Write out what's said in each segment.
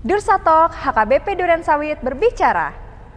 Dursatalk HKBP Durensawit berbicara.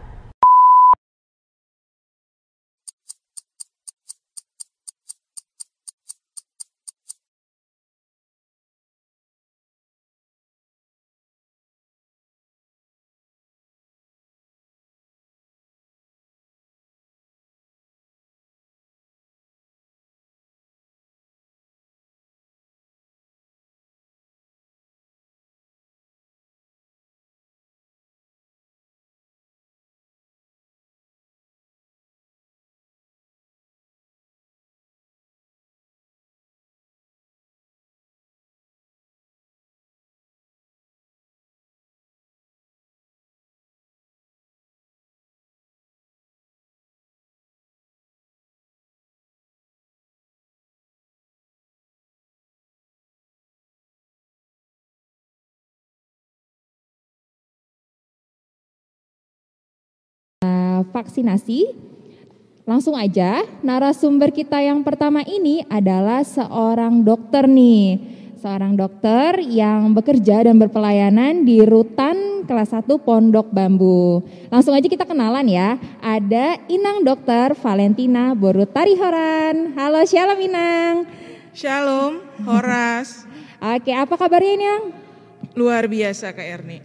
Vaksinasi. Langsung aja, narasumber kita yang pertama ini adalah seorang dokter nih. Seorang dokter yang bekerja dan berpelayanan di Rutan kelas 1 Pondok Bambu. Langsung aja kita kenalan ya. Ada Inang Dr. Valentina Borutarihoran. Halo, shalom Inang. Shalom, Horas. Oke, apa kabarnya Inang? Luar biasa Kak Erni.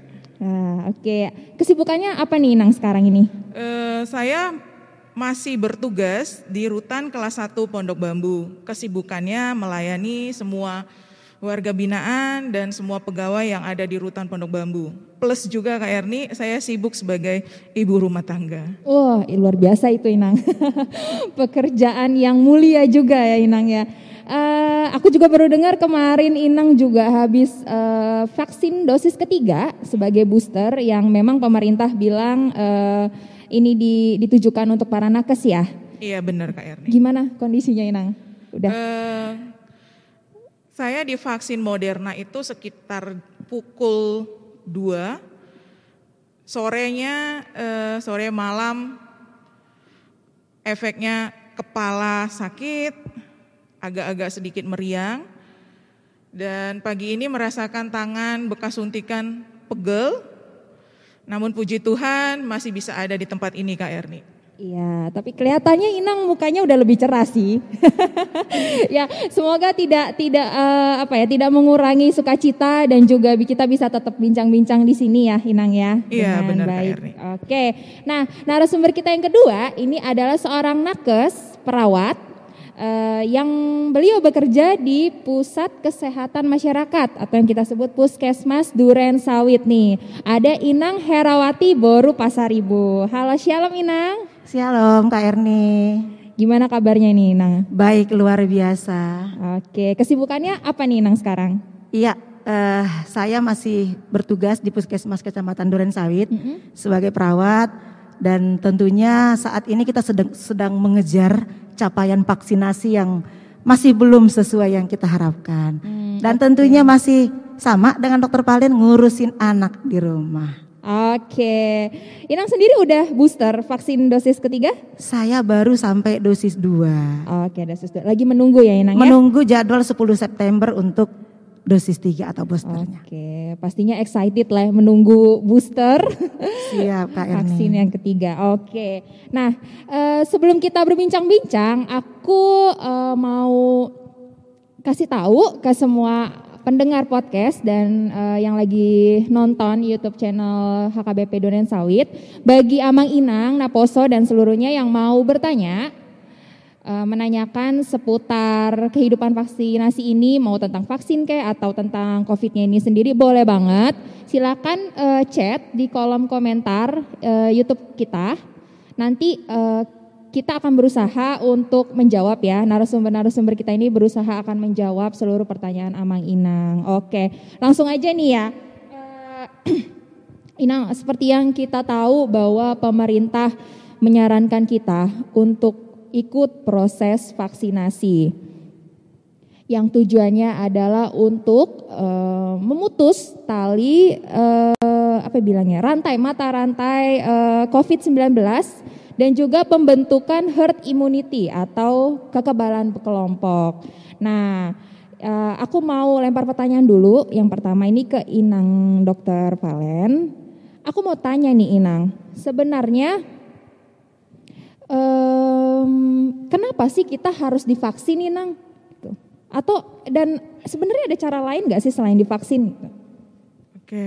Oke, kesibukannya apa nih Inang sekarang ini? Saya masih bertugas di Rutan kelas 1 Pondok Bambu. Kesibukannya melayani semua warga binaan dan semua pegawai yang ada di Rutan Pondok Bambu. Plus juga Kak Erni, saya sibuk sebagai ibu rumah tangga. Wah, luar biasa itu Inang. Pekerjaan yang mulia juga ya Inang ya. Aku juga baru dengar kemarin Inang juga habis vaksin dosis ketiga sebagai booster yang memang pemerintah bilang ini ditujukan untuk para nakes ya. Iya benar Kak Erni. Gimana kondisinya Inang? Udah? Saya divaksin Moderna itu sekitar pukul 2 sorenya, sore malam efeknya kepala sakit, agak-agak sedikit meriang, dan pagi ini merasakan tangan bekas suntikan pegel, namun puji Tuhan masih bisa ada di tempat ini Kak Erni. Iya, tapi kelihatannya Inang mukanya udah lebih cerah sih. Ya, semoga tidak mengurangi sukacita dan juga kita bisa tetap bincang-bincang di sini ya Inang ya. Iya benar baik. Kak Erni. Oke, nah narasumber kita yang kedua ini adalah seorang nakes perawat. Yang beliau bekerja di Pusat Kesehatan Masyarakat atau yang kita sebut Puskesmas Durensawit nih. Ada Inang Herawati Boru Pasaribu. Halo, shalom Inang. Shalom Kak Erni. Gimana kabarnya nih Inang? Baik, luar biasa. Oke, kesibukannya apa nih Inang sekarang? Iya, saya masih bertugas di Puskesmas Kecamatan Durensawit sebagai perawat, dan tentunya saat ini kita sedang mengejar capaian vaksinasi yang masih belum sesuai yang kita harapkan. Dan tentunya masih sama dengan Dokter Valen ngurusin anak di rumah. Oke, Inang sendiri udah booster vaksin dosis ketiga? Saya baru sampai dosis 2. Oke, dosis 2. Lagi menunggu ya Inang ya? Menunggu jadwal 10 September untuk dosis 3 atau boosternya. Oke, pastinya excited lah menunggu booster. Siap Kak Erni. Vaksin yang ketiga. Oke. Nah, sebelum kita berbincang-bincang, aku mau kasih tahu ke semua pendengar podcast dan yang lagi nonton YouTube channel HKBP Durensawit, bagi Amang Inang, Naposo dan seluruhnya yang mau bertanya, menanyakan seputar kehidupan vaksinasi ini, mau tentang vaksin kayak atau tentang COVID-nya ini sendiri, boleh banget. Silakan chat di kolom komentar YouTube kita. Nanti kita akan berusaha untuk menjawab ya, narasumber kita ini berusaha akan menjawab seluruh pertanyaan Amang Inang. Oke, langsung aja nih ya. Inang, seperti yang kita tahu bahwa pemerintah menyarankan kita untuk ikut proses vaksinasi yang tujuannya adalah untuk memutus tali mata rantai COVID-19 dan juga pembentukan herd immunity atau kekebalan kelompok. Nah, aku mau lempar pertanyaan dulu. Yang pertama ini ke Inang Dokter Valen. Aku mau tanya nih Inang, sebenarnya kenapa sih kita harus divaksin Inang? Gitu. Atau dan sebenarnya ada cara lain nggak sih selain divaksin? Gitu? Oke.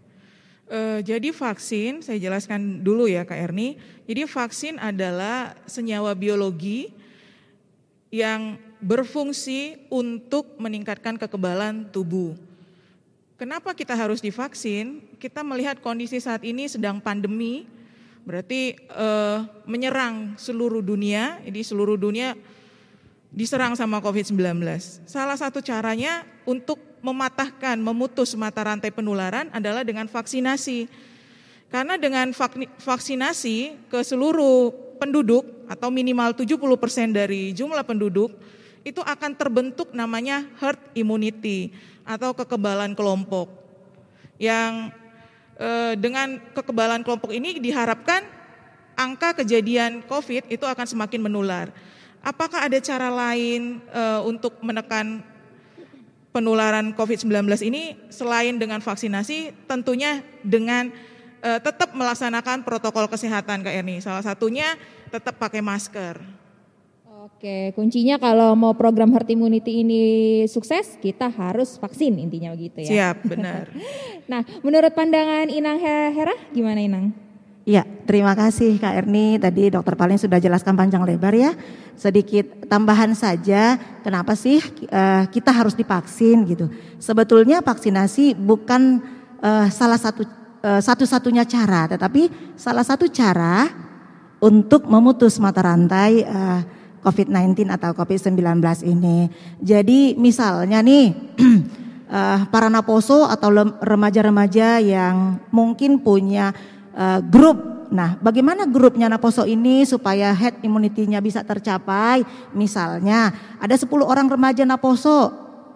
Jadi vaksin, saya jelaskan dulu ya Kak Erni. Jadi vaksin adalah senyawa biologi yang berfungsi untuk meningkatkan kekebalan tubuh. Kenapa kita harus divaksin? Kita melihat kondisi saat ini sedang pandemi, berarti menyerang seluruh dunia. Jadi seluruh dunia diserang sama COVID-19. Salah satu caranya untuk memutus mata rantai penularan adalah dengan vaksinasi. Karena dengan vaksinasi ke seluruh penduduk atau minimal 70% dari jumlah penduduk, itu akan terbentuk namanya herd immunity atau kekebalan kelompok. Yang dengan kekebalan kelompok ini diharapkan angka kejadian COVID itu akan semakin menular. Apakah ada cara lain untuk menekan penularan COVID-19 ini selain dengan vaksinasi? Tentunya dengan tetap melaksanakan protokol kesehatan Kak Erni. Salah satunya tetap pakai masker. Oke, kuncinya kalau mau program herd immunity ini sukses, kita harus vaksin intinya begitu ya. Siap, benar. Nah, menurut pandangan Inang Hera, gimana Inang? Ya, terima kasih Kak Erni. Tadi Dokter Valen sudah jelaskan panjang lebar ya. Sedikit tambahan saja, kenapa sih kita harus divaksin gitu. Sebetulnya vaksinasi bukan salah satu-satunya cara, tetapi salah satu cara untuk memutus mata rantai COVID-19 atau COVID-19 ini. Jadi misalnya nih para naposo atau remaja-remaja yang mungkin punya grup. Nah, bagaimana grupnya naposo ini supaya herd immunity-nya bisa tercapai? Misalnya ada 10 orang remaja naposo,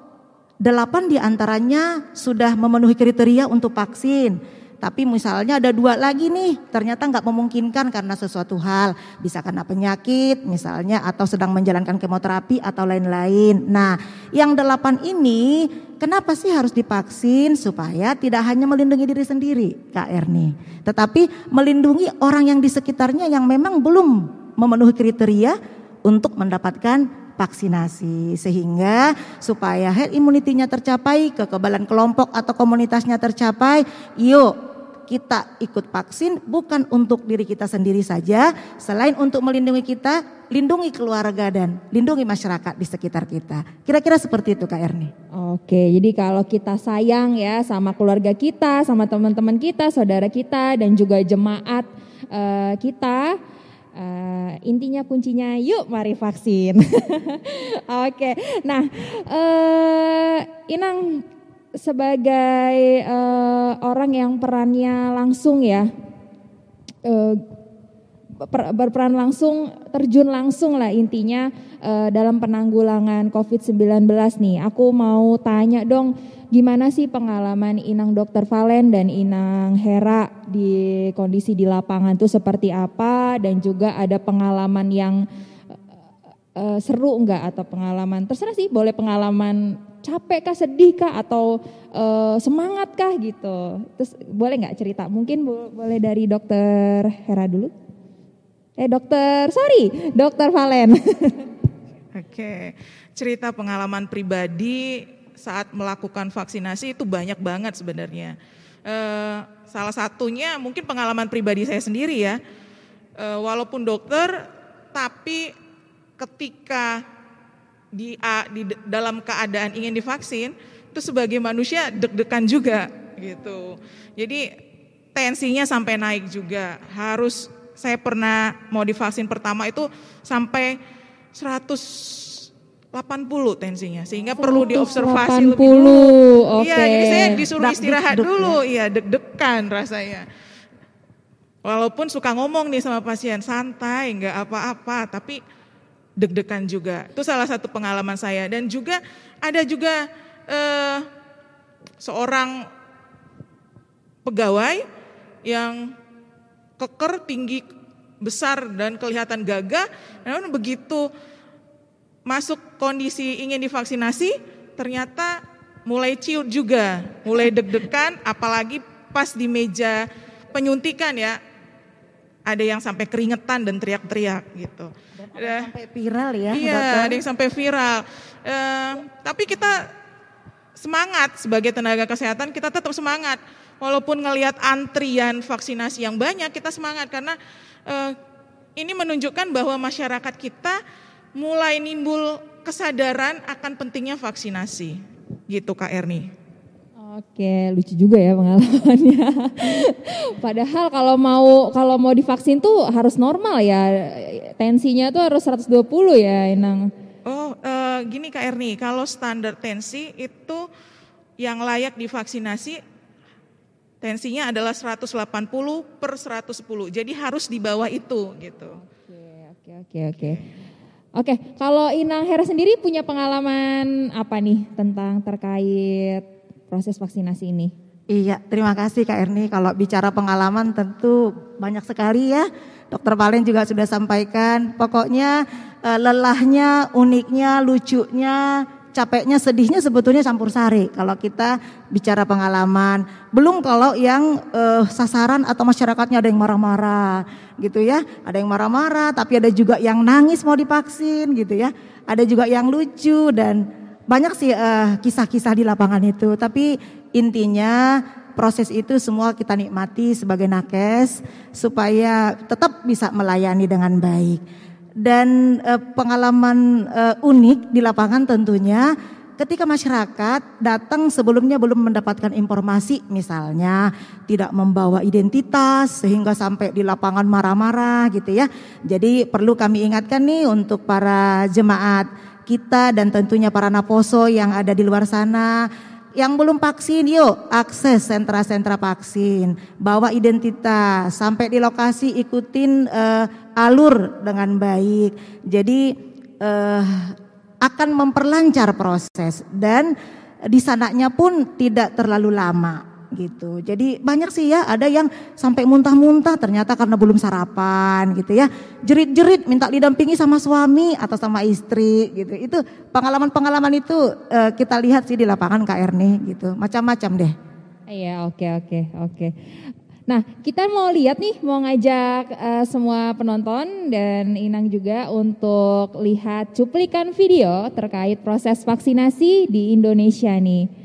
8 diantaranya sudah memenuhi kriteria untuk vaksin. Tapi misalnya ada 2 lagi nih ternyata nggak memungkinkan karena sesuatu hal, bisa karena penyakit misalnya atau sedang menjalankan kemoterapi atau lain-lain. Nah, yang 8 ini kenapa sih harus divaksin? Supaya tidak hanya melindungi diri sendiri Kak Erni, tetapi melindungi orang yang di sekitarnya yang memang belum memenuhi kriteria untuk mendapatkan vaksinasi, sehingga supaya herd immunity-nya tercapai, kekebalan kelompok atau komunitasnya tercapai. Yuk kita ikut vaksin bukan untuk diri kita sendiri saja, selain untuk melindungi kita, lindungi keluarga dan lindungi masyarakat di sekitar kita. Kira-kira seperti itu Kak Erni. Oke, jadi kalau kita sayang ya sama keluarga kita, sama teman-teman kita, saudara kita dan juga jemaat kita, intinya kuncinya yuk mari vaksin. Oke, nah Inang sebagai orang yang perannya langsung ya, berperan langsung, terjun langsung lah intinya dalam penanggulangan COVID-19 nih. Aku mau tanya dong, gimana sih pengalaman Inang Dokter Valen dan Inang Hera di kondisi di lapangan tuh seperti apa, dan juga ada pengalaman yang seru enggak atau pengalaman terserah sih, boleh pengalaman capek kah, sedih kah, atau semangat kah gitu. Terus boleh enggak cerita? Mungkin boleh dari Dokter Hera dulu. Dokter Valen. Oke, cerita pengalaman pribadi saat melakukan vaksinasi itu banyak banget sebenarnya. Salah satunya mungkin pengalaman pribadi saya sendiri ya. Walaupun dokter, tapi ketika di dalam keadaan ingin divaksin, itu sebagai manusia deg-degan juga gitu. Jadi tensinya sampai naik juga. Saya pernah mau divaksin pertama itu sampai 180 tensinya, sehingga perlu diobservasi lebih dulu. Iya, jadi saya disuruh istirahat dulu, iya deg-degan rasanya. Walaupun suka ngomong nih sama pasien, santai, nggak apa-apa, tapi deg-degan juga. Itu salah satu pengalaman saya. Dan juga ada juga seorang pegawai yang keker, tinggi, besar dan kelihatan gagah. Namun begitu masuk kondisi ingin divaksinasi, ternyata mulai ciut juga, mulai deg-degan, apalagi pas di meja penyuntikan ya, ada yang sampai keringetan dan teriak-teriak gitu. Dan ada yang sampai viral ya, iya, dokter. ada yang sampai viral. Tapi kita semangat sebagai tenaga kesehatan, kita tetap semangat. Walaupun ngelihat antrian vaksinasi yang banyak, kita semangat karena ini menunjukkan bahwa masyarakat kita mulai nimbul kesadaran akan pentingnya vaksinasi, gitu Kak Erni. Oke, lucu juga ya pengalamannya. Padahal kalau mau divaksin tuh harus normal ya, tensinya tuh harus 120 ya, Inang. Oh, gini Kak Erni, kalau standar tensi itu yang layak divaksinasi tensinya adalah 180/110, jadi harus di bawah itu gitu. Oke. Oke, kalau Inang Hera sendiri punya pengalaman apa nih tentang terkait proses vaksinasi ini? Iya, terima kasih Kak Erni. Kalau bicara pengalaman tentu banyak sekali ya. Dokter Valen juga sudah sampaikan. Pokoknya lelahnya, uniknya, lucunya, capeknya, sedihnya sebetulnya campur sari. Kalau kita bicara pengalaman, belum kalau yang sasaran atau masyarakatnya ada yang marah-marah gitu ya. Ada yang marah-marah, tapi ada juga yang nangis mau divaksin gitu ya. Ada juga yang lucu dan banyak sih kisah-kisah di lapangan itu. Tapi intinya proses itu semua kita nikmati sebagai nakes supaya tetap bisa melayani dengan baik. Dan pengalaman unik di lapangan tentunya ketika masyarakat datang sebelumnya belum mendapatkan informasi, misalnya tidak membawa identitas sehingga sampai di lapangan marah-marah gitu ya. Jadi perlu kami ingatkan nih untuk para jemaat kita dan tentunya para naposo yang ada di luar sana. Yang belum vaksin, yuk akses sentra-sentra vaksin, bawa identitas, sampai di lokasi ikutin alur dengan baik. Jadi akan memperlancar proses dan di sananya pun tidak terlalu lama gitu. Jadi banyak sih ya, ada yang sampai muntah-muntah ternyata karena belum sarapan gitu ya. Jerit-jerit minta didampingi sama suami atau sama istri gitu. Itu pengalaman-pengalaman itu kita lihat sih di lapangan Kak Erni gitu. Macam-macam deh. Iya, oke. Nah, kita mau lihat nih, mau ngajak semua penonton dan Inang juga untuk lihat cuplikan video terkait proses vaksinasi di Indonesia nih.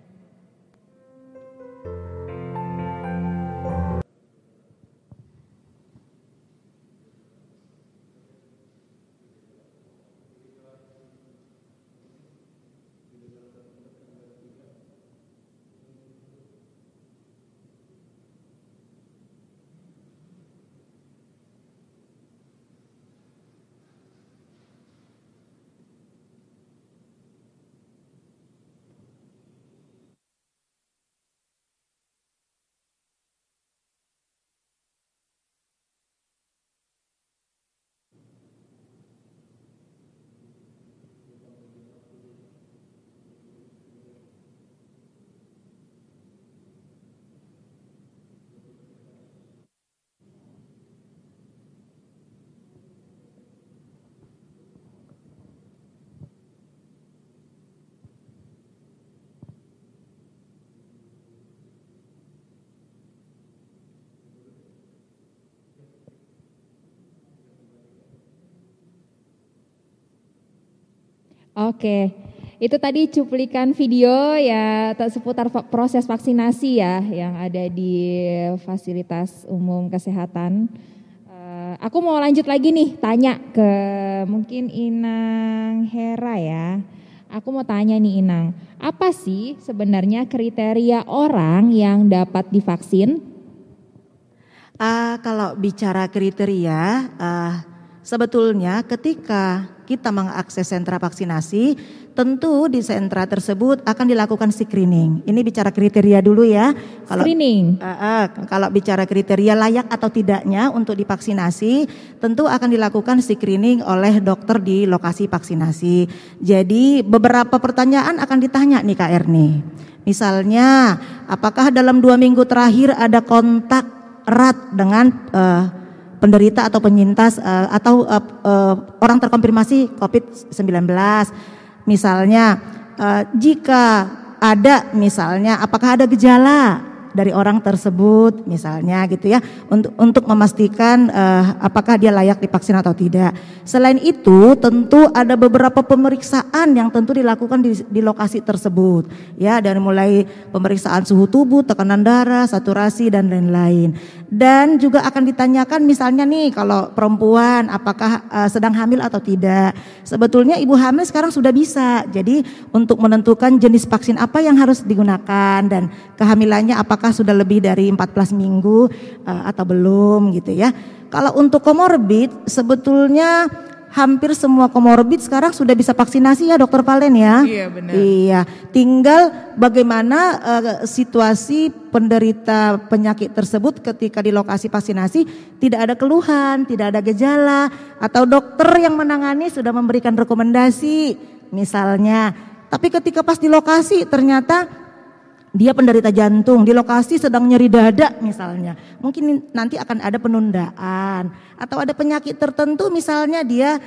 Oke, itu tadi cuplikan video ya seputar proses vaksinasi ya yang ada di fasilitas umum kesehatan. Aku mau lanjut lagi nih tanya ke mungkin Inang Hera ya. Aku mau tanya nih Inang, apa sih sebenarnya kriteria orang yang dapat divaksin? Kalau bicara kriteria, sebetulnya ketika kita mengakses sentra vaksinasi, tentu di sentra tersebut akan dilakukan screening. Ini bicara kriteria dulu ya. Screening. Kalau bicara kriteria layak atau tidaknya untuk divaksinasi, tentu akan dilakukan screening oleh dokter di lokasi vaksinasi. Jadi beberapa pertanyaan akan ditanya nih Kak Erni. Misalnya, apakah dalam 2 minggu terakhir ada kontak erat dengan penderita atau penyintas atau orang terkonfirmasi COVID-19. Misalnya jika ada misalnya apakah ada gejala dari orang tersebut misalnya gitu ya, untuk memastikan apakah dia layak divaksin atau tidak. Selain itu tentu ada beberapa pemeriksaan yang tentu dilakukan di lokasi tersebut ya, dari mulai pemeriksaan suhu tubuh, tekanan darah, saturasi dan lain-lain. Dan juga akan ditanyakan misalnya nih kalau perempuan apakah sedang hamil atau tidak. Sebetulnya ibu hamil sekarang sudah bisa, jadi untuk menentukan jenis vaksin apa yang harus digunakan dan kehamilannya apakah sudah lebih dari 14 minggu atau belum gitu ya. Kalau untuk komorbid sebetulnya hampir semua komorbid sekarang sudah bisa vaksinasi ya Dokter Valen ya. Iya benar. Iya, tinggal bagaimana situasi penderita penyakit tersebut ketika di lokasi vaksinasi tidak ada keluhan, tidak ada gejala, atau dokter yang menangani sudah memberikan rekomendasi misalnya. Tapi ketika pas di lokasi ternyata dia penderita jantung, di lokasi sedang nyeri dada misalnya, mungkin nanti akan ada penundaan. Atau ada penyakit tertentu misalnya dia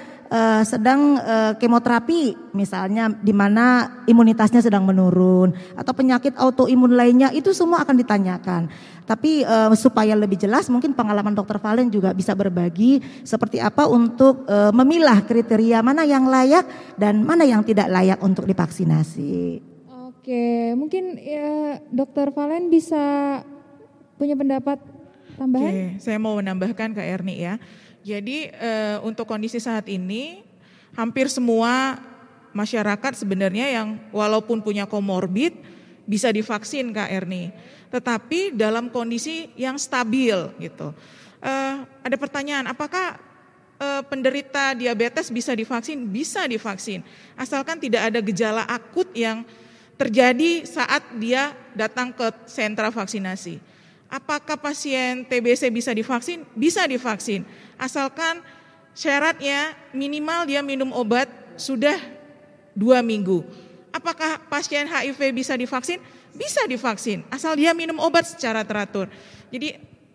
sedang kemoterapi misalnya, di mana imunitasnya sedang menurun, atau penyakit autoimun lainnya, itu semua akan ditanyakan. Tapi supaya lebih jelas mungkin pengalaman Dokter Valen juga bisa berbagi seperti apa untuk memilah kriteria mana yang layak dan mana yang tidak layak untuk divaksinasi. Oke, mungkin ya Dokter Valen bisa punya pendapat tambahan? Oke, saya mau menambahkan Kak Erni ya. Jadi untuk kondisi saat ini hampir semua masyarakat sebenarnya yang walaupun punya komorbid bisa divaksin Kak Erni. Tetapi dalam kondisi yang stabil gitu. Ada pertanyaan, apakah penderita diabetes bisa divaksin? Bisa divaksin, asalkan tidak ada gejala akut yang terjadi saat dia datang ke sentra vaksinasi. Apakah pasien TBC bisa divaksin? Bisa divaksin, asalkan syaratnya minimal dia minum obat sudah 2 minggu. Apakah pasien HIV bisa divaksin? Bisa divaksin, asal dia minum obat secara teratur. Jadi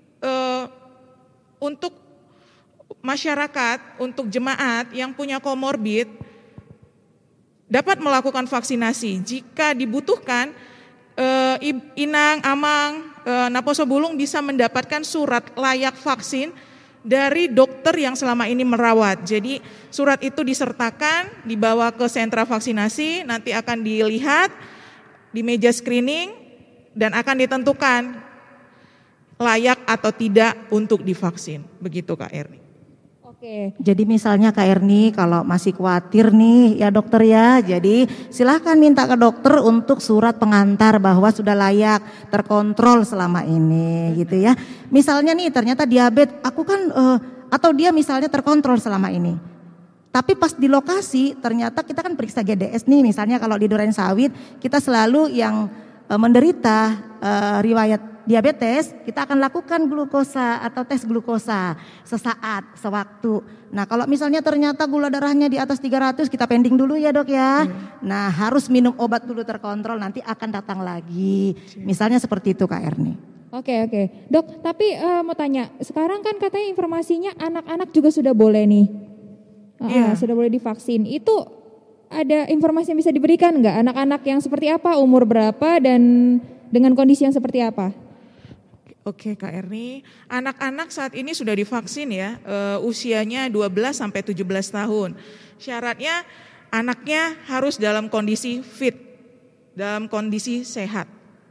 untuk masyarakat, untuk jemaat yang punya komorbid dapat melakukan vaksinasi. Jika dibutuhkan, inang, amang, naposobulung bisa mendapatkan surat layak vaksin dari dokter yang selama ini merawat. Jadi surat itu disertakan, dibawa ke sentra vaksinasi, nanti akan dilihat di meja screening dan akan ditentukan layak atau tidak untuk divaksin. Begitu Kak Erni. Oke. Jadi misalnya Kak Erni kalau masih khawatir nih ya dokter ya, jadi silahkan minta ke dokter untuk surat pengantar bahwa sudah layak terkontrol selama ini gitu ya. Misalnya nih ternyata diabetes, aku kan atau dia misalnya terkontrol selama ini. Tapi pas di lokasi ternyata kita kan periksa GDS nih, misalnya kalau di Durensawit kita selalu yang menderita riwayat diabetes, kita akan lakukan glukosa atau tes glukosa sesaat, sewaktu. Nah kalau misalnya ternyata gula darahnya di atas 300, kita pending dulu ya dok ya. Nah harus minum obat dulu terkontrol, nanti akan datang lagi. Misalnya seperti itu Kak Erni. Oke. Dok, tapi mau tanya, sekarang kan katanya informasinya anak-anak juga sudah boleh nih. Sudah boleh divaksin. Itu ada informasi yang bisa diberikan nggak? Anak-anak yang seperti apa, umur berapa, dan dengan kondisi yang seperti apa? Oke Kak Erni, anak-anak saat ini sudah divaksin ya, usianya 12 sampai 17 tahun. Syaratnya anaknya harus dalam kondisi fit, dalam kondisi sehat.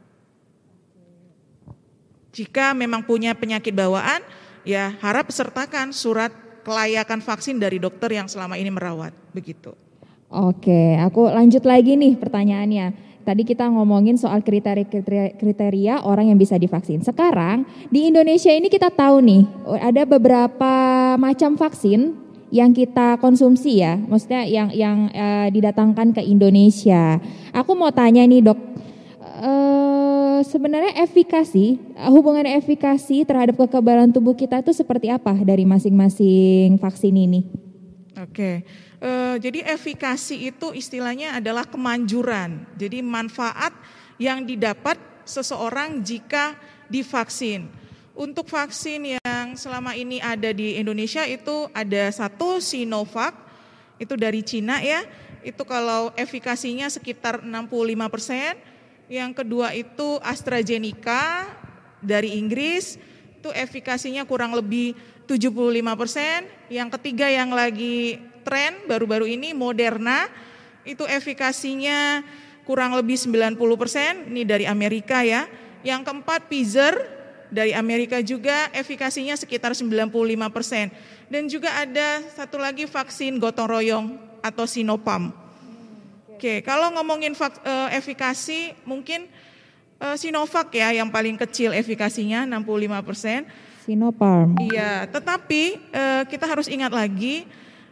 Jika memang punya penyakit bawaan, ya harap sertakan surat kelayakan vaksin dari dokter yang selama ini merawat, begitu. Oke, aku lanjut lagi nih pertanyaannya. Tadi kita ngomongin soal kriteria orang yang bisa divaksin. Sekarang di Indonesia ini kita tahu nih ada beberapa macam vaksin yang kita konsumsi ya, maksudnya yang didatangkan ke Indonesia. Aku mau tanya nih dok, sebenarnya hubungan efikasi terhadap kekebalan tubuh kita itu seperti apa dari masing-masing vaksin ini? Oke. Jadi efikasi itu istilahnya adalah kemanjuran. Jadi manfaat yang didapat seseorang jika divaksin. Untuk vaksin yang selama ini ada di Indonesia itu ada satu Sinovac, itu dari Cina ya. itu kalau efikasinya sekitar 65%. Yang kedua itu AstraZeneca dari Inggris, itu efikasinya kurang lebih 75%. Yang ketiga yang lagi tren baru-baru ini Moderna, itu efikasinya kurang lebih 90%, ini dari Amerika ya. Yang keempat Pfizer dari Amerika juga efikasinya sekitar 95%. Dan juga ada satu lagi vaksin gotong royong atau Sinopharm. Oke, kalau ngomongin efikasi mungkin Sinovac ya yang paling kecil efikasinya 65%. Sinopharm. Iya, tetapi kita harus ingat lagi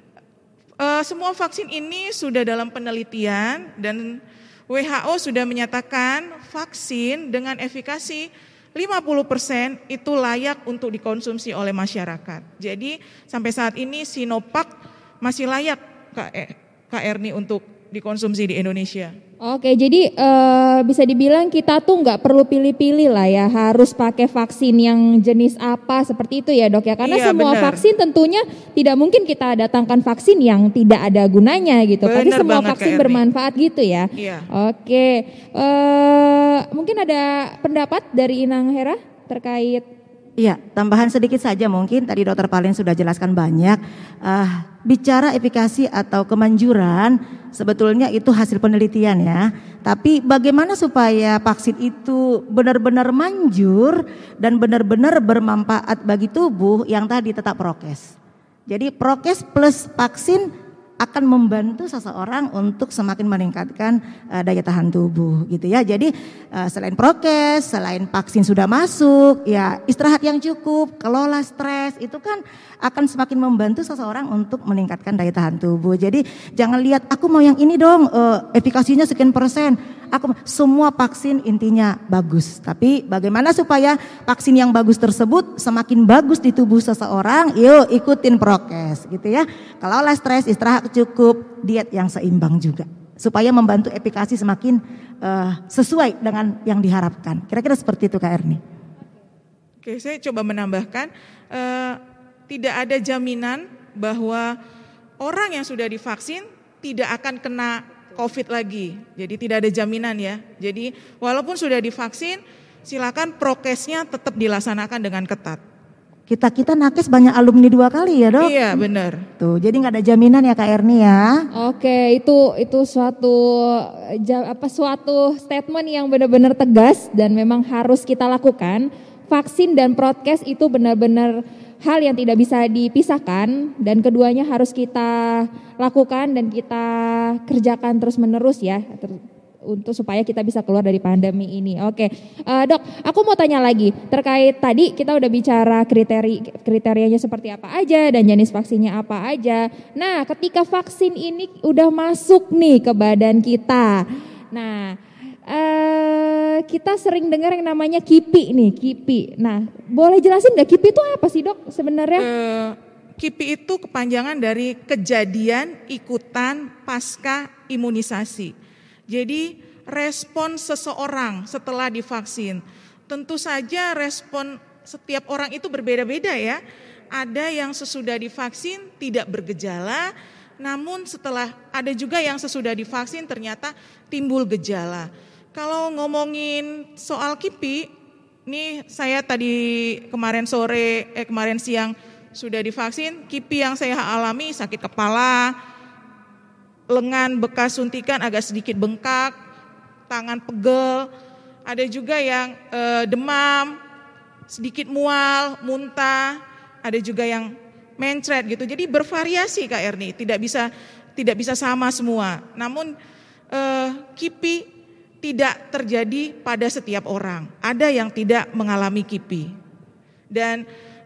semua vaksin ini sudah dalam penelitian dan WHO sudah menyatakan vaksin dengan efikasi 50% itu layak untuk dikonsumsi oleh masyarakat. Jadi sampai saat ini Sinovac masih layak Kak Erni untuk dikonsumsi di Indonesia. Oke, jadi bisa dibilang kita tuh nggak perlu pilih-pilih lah ya, harus pakai vaksin yang jenis apa seperti itu ya dok ya, karena semua benar. vaksin tentunya tidak mungkin kita datangkan vaksin yang tidak ada gunanya gitu, tapi semua vaksin bermanfaat gitu ya. Iya. Oke, mungkin ada pendapat dari Inang Hera terkait? Iya, tambahan sedikit saja mungkin tadi Dokter Palin sudah jelaskan banyak. Bicara efikasi atau kemanjuran sebetulnya itu hasil penelitian ya. Tapi bagaimana supaya vaksin itu benar-benar manjur dan benar-benar bermanfaat bagi tubuh yang tadi tetap prokes. Jadi prokes plus vaksin akan membantu seseorang untuk semakin meningkatkan daya tahan tubuh gitu ya. Jadi selain prokes, selain vaksin sudah masuk, ya istirahat yang cukup, kelola stres itu kan akan semakin membantu seseorang untuk meningkatkan daya tahan tubuh. Jadi jangan lihat aku mau yang ini dong, efikasinya sekian persen. Semua vaksin intinya bagus, tapi bagaimana supaya vaksin yang bagus tersebut semakin bagus di tubuh seseorang, yuk ikutin prokes gitu ya. Kalau stres, istirahat cukup, diet yang seimbang juga, supaya membantu efikasi semakin sesuai dengan yang diharapkan. Kira-kira seperti itu Kak Erni. Oke, saya coba menambahkan, tidak ada jaminan bahwa orang yang sudah divaksin tidak akan kena COVID lagi. Jadi tidak ada jaminan ya. Jadi walaupun sudah divaksin, silakan prokesnya tetap dilaksanakan dengan ketat. Kita nakes banyak alumni 2 kali ya dok? Iya benar. Tuh, jadi nggak ada jaminan ya Kak Erni ya. Oke, itu suatu statement yang benar-benar tegas dan memang harus kita lakukan. Vaksin dan prokes itu benar-benar hal yang tidak bisa dipisahkan dan keduanya harus kita lakukan dan kita kerjakan terus-menerus ya untuk supaya kita bisa keluar dari pandemi ini. Oke, dok, aku mau tanya lagi terkait tadi kita udah bicara kriterianya seperti apa aja dan jenis vaksinnya apa aja. Nah, ketika vaksin ini udah masuk nih ke badan kita, nah kita sering dengar yang namanya KIPI. Nah, boleh jelasin nggak KIPI itu apa sih dok sebenarnya? KIPI itu kepanjangan dari kejadian ikutan pasca imunisasi. Jadi respon seseorang setelah divaksin. Tentu saja respon setiap orang itu berbeda-beda ya. Ada yang sesudah divaksin tidak bergejala, namun ada juga yang sesudah divaksin ternyata timbul gejala. Kalau ngomongin soal KIPI, nih saya kemarin siang sudah divaksin. KIPI yang saya alami sakit kepala, lengan bekas suntikan agak sedikit bengkak, tangan pegel, ada juga yang demam, sedikit mual, muntah, ada juga yang mencret gitu. Jadi bervariasi Kak Erni, tidak bisa sama semua. Namun KIPI tidak terjadi pada setiap orang. Ada yang tidak mengalami KIPI. Dan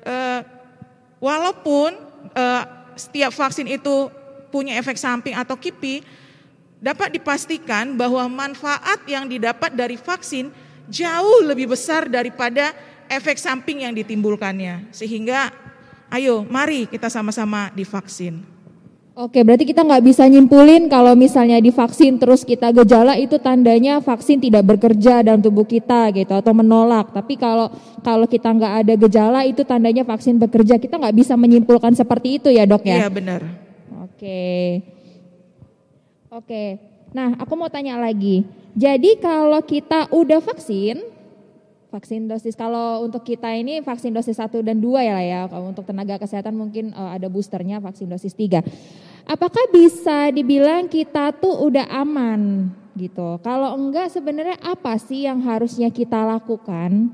walaupun setiap vaksin itu punya efek samping atau KIPI, dapat dipastikan bahwa manfaat yang didapat dari vaksin jauh lebih besar daripada efek samping yang ditimbulkannya. Sehingga ayo mari kita sama-sama divaksin. Oke, berarti kita nggak bisa nyimpulin kalau misalnya divaksin terus kita gejala itu tandanya vaksin tidak bekerja dalam tubuh kita gitu atau menolak. Tapi kalau kita nggak ada gejala itu tandanya vaksin bekerja. Kita nggak bisa menyimpulkan seperti itu ya dok ya? Iya benar. Oke. Oke, nah aku mau tanya lagi. Jadi kalau kita udah vaksin dosis, kalau untuk kita ini vaksin dosis 1 dan 2 ya lah ya. Kalau untuk tenaga kesehatan mungkin ada boosternya vaksin dosis 3. Apakah bisa dibilang kita tuh udah aman gitu? Kalau enggak sebenarnya apa sih yang harusnya kita lakukan?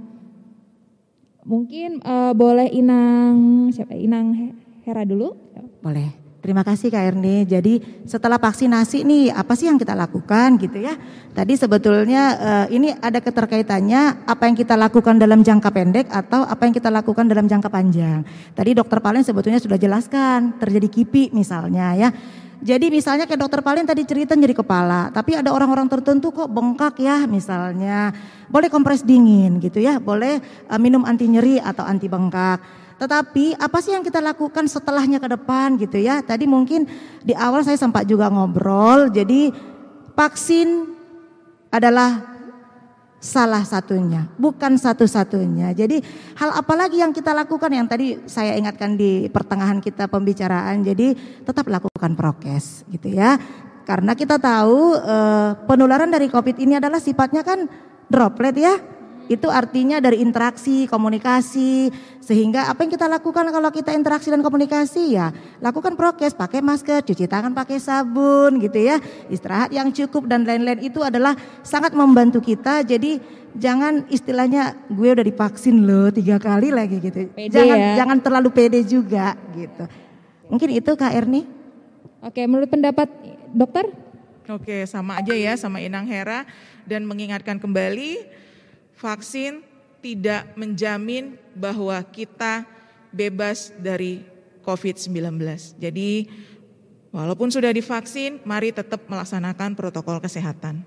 Mungkin boleh Inang Hera dulu? Boleh. Terima kasih Kak Erni. Jadi setelah vaksinasi nih apa sih yang kita lakukan gitu ya. Tadi sebetulnya ini ada keterkaitannya apa yang kita lakukan dalam jangka pendek atau apa yang kita lakukan dalam jangka panjang. Tadi Dokter Palen sebetulnya sudah jelaskan terjadi KIPI misalnya ya. Jadi misalnya kayak Dokter Palen tadi cerita nyeri kepala, tapi ada orang-orang tertentu kok bengkak ya misalnya. Boleh kompres dingin gitu ya, boleh minum anti nyeri atau anti bengkak. Tetapi apa sih yang kita lakukan setelahnya ke depan gitu ya. Tadi mungkin di awal saya sempat juga ngobrol. Jadi vaksin adalah salah satunya, bukan satu-satunya. Jadi hal apa lagi yang kita lakukan yang tadi saya ingatkan di pertengahan kita pembicaraan. Jadi tetap lakukan prokes gitu ya. Karena kita tahu penularan dari COVID ini adalah sifatnya kan droplet ya. Itu artinya dari interaksi, komunikasi, sehingga apa yang kita lakukan kalau kita interaksi dan komunikasi ya lakukan prokes, pakai masker, cuci tangan pakai sabun gitu ya, istirahat yang cukup dan lain-lain itu adalah sangat membantu kita. Jadi jangan istilahnya gue udah divaksin loh 3 kali lagi gitu, jangan terlalu pede juga gitu. Mungkin itu Kak Erni. Oke, menurut pendapat dokter? Oke, sama aja ya sama Inang Hera dan mengingatkan kembali vaksin tidak menjamin bahwa kita bebas dari COVID-19. Jadi walaupun sudah divaksin, mari tetap melaksanakan protokol kesehatan.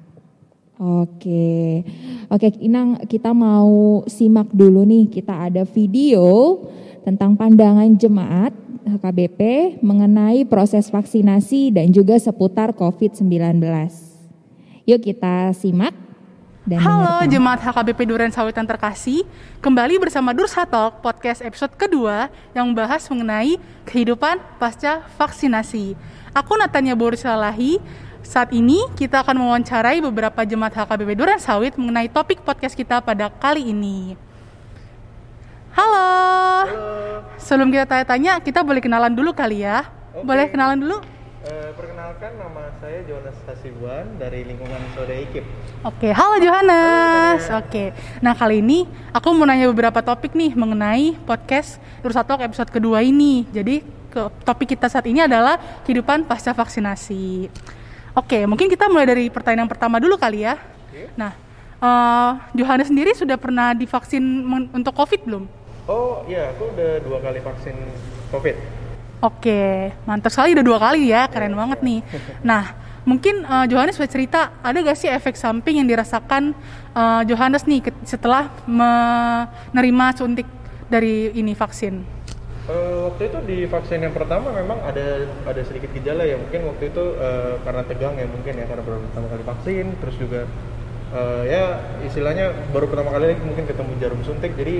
Oke Inang, kita mau simak dulu nih, kita ada video tentang pandangan jemaat HKBP mengenai proses vaksinasi dan juga seputar COVID-19. Yuk kita simak. Halo jemaat HKBP Duren Sawit yang terkasih, kembali bersama Dursa Talk podcast episode kedua yang membahas mengenai kehidupan pasca vaksinasi. Aku Natanya Borislalahi. Saat ini kita akan mewawancarai beberapa jemaat HKBP Duren Sawit mengenai topik podcast kita pada kali ini. Halo. Sebelum kita tanya-tanya, kita boleh kenalan dulu kali ya. Okay. Boleh kenalan dulu? Perkenalkan, nama saya Johannes Hasibuan dari lingkungan Sodai IKIP. Oke, halo Johannes. Oke, nah kali ini aku mau nanya beberapa topik nih mengenai podcast Dursa Talk episode kedua ini. Jadi topik kita saat ini adalah kehidupan pasca vaksinasi. Oke, mungkin kita mulai dari pertanyaan yang pertama dulu kali ya. Nah, Johannes sendiri sudah pernah divaksin untuk COVID belum? Oh iya, aku udah 2 kali vaksin COVID. Oke, mantap sekali, udah 2 kali ya, keren banget nih. Nah, mungkin Johannes bisa cerita, ada gak sih efek samping yang dirasakan Johannes nih setelah menerima suntik dari ini vaksin? Waktu itu di vaksin yang pertama memang ada sedikit gejala ya, mungkin waktu itu karena tegang ya mungkin ya, karena baru pertama kali vaksin, terus juga ya istilahnya baru pertama kali lagi mungkin ketemu jarum suntik, jadi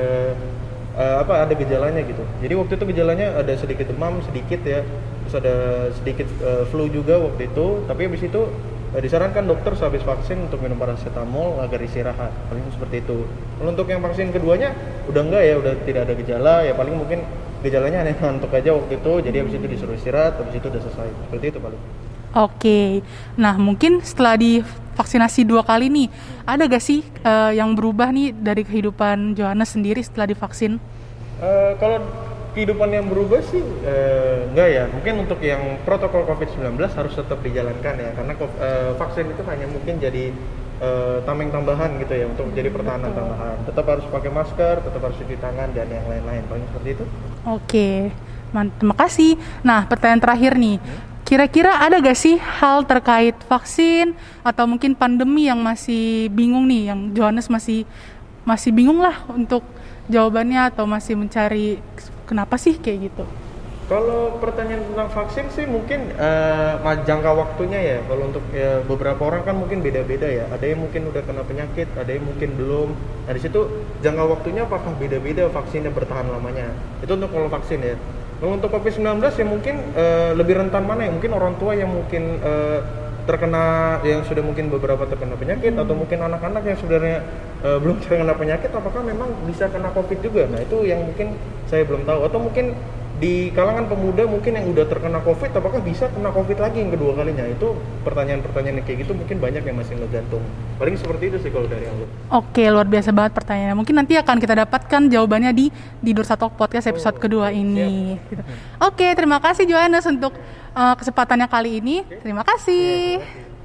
ada gejalanya gitu. Jadi waktu itu gejalanya ada sedikit demam sedikit ya, terus ada sedikit flu juga waktu itu. Tapi habis itu disarankan dokter sehabis vaksin untuk minum paracetamol agar istirahat, paling seperti itu. Kalau untuk yang vaksin keduanya udah enggak ya, udah tidak ada gejala ya, paling mungkin gejalanya hanya ngantuk aja waktu itu. Jadi habis itu disuruh istirahat, habis itu udah selesai. Seperti itu paling. Oke, nah mungkin setelah divaksinasi 2 kali nih, ada gak sih yang berubah nih dari kehidupan Johannes sendiri setelah divaksin? Kalau kehidupan yang berubah sih enggak ya, mungkin untuk yang protokol COVID-19 harus tetap dijalankan ya, karena vaksin itu hanya mungkin jadi tameng tambahan gitu ya, untuk jadi pertahanan tambahan. Tetap harus pakai masker, tetap harus cuci tangan dan yang lain-lain, paling seperti itu. Oke, terima kasih. Nah pertanyaan terakhir nih, kira-kira ada gak sih hal terkait vaksin atau mungkin pandemi yang masih bingung nih, yang Johannes masih bingung lah untuk jawabannya atau masih mencari kenapa sih kayak gitu? Kalau pertanyaan tentang vaksin sih mungkin jangka waktunya ya. Kalau untuk beberapa orang kan mungkin beda-beda ya. Ada yang mungkin udah kena penyakit, ada yang mungkin belum. Nah di situ jangka waktunya apakah beda-beda vaksinnya bertahan lamanya? Itu untuk kalau vaksin ya. Untuk COVID-19 ya mungkin lebih rentan mana ya? Mungkin orang tua yang mungkin terkena, yang sudah mungkin beberapa terkena penyakit, atau mungkin anak-anak yang sebenarnya belum terkena penyakit, apakah memang bisa kena COVID juga? Nah itu yang mungkin saya belum tahu. Atau mungkin di kalangan pemuda mungkin yang udah terkena COVID, apakah bisa kena COVID lagi yang kedua kalinya? Itu pertanyaan-pertanyaan kayak gitu mungkin banyak yang masih ngegantung. Paling seperti itu sih kalau dari aku. Oke, luar biasa banget pertanyaannya. Mungkin nanti akan kita dapatkan jawabannya di Dursa Talk Podcast episode kedua ini. Gitu. Oke, terima kasih Johannes untuk kesempatannya kali ini. Terima kasih.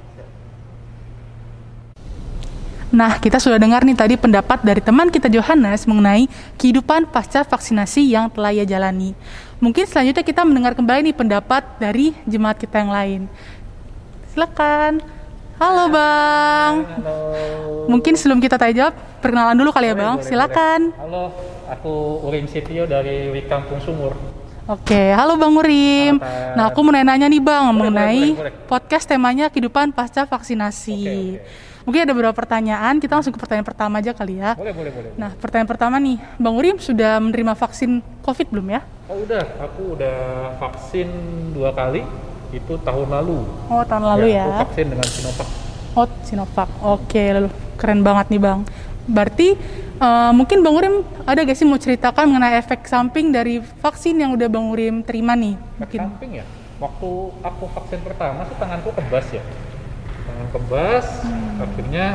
Nah, kita sudah dengar nih tadi pendapat dari teman kita Johannes mengenai kehidupan pasca vaksinasi yang telah ia jalani. Mungkin selanjutnya kita mendengar kembali nih pendapat dari jemaat kita yang lain. Silakan. Halo Bang. Halo. Mungkin sebelum kita tanya jawab, perkenalan dulu kali ya Bang. Silakan. Halo, aku Urim Sitio dari Wikampung Sumur. Oke, halo Bang Urim. Nah, aku mau nanya nih Bang mengenai podcast temanya kehidupan pasca vaksinasi. Oke. Mungkin ada beberapa pertanyaan, kita langsung ke pertanyaan pertama aja kali ya. Boleh. Nah, pertanyaan pertama nih, Bang Urim sudah menerima vaksin COVID belum ya? Oh udah, aku udah vaksin 2 kali, itu tahun lalu. Oh, tahun lalu ya. Aku vaksin dengan Sinovac. Oh, Sinovac. Oke, lalu keren banget nih Bang. Berarti mungkin Bang Urim ada gak sih mau ceritakan mengenai efek samping dari vaksin yang udah Bang Urim terima nih? Efek samping ya? Waktu aku vaksin pertama sih tanganku kebas ya. Tangan kebas, akhirnya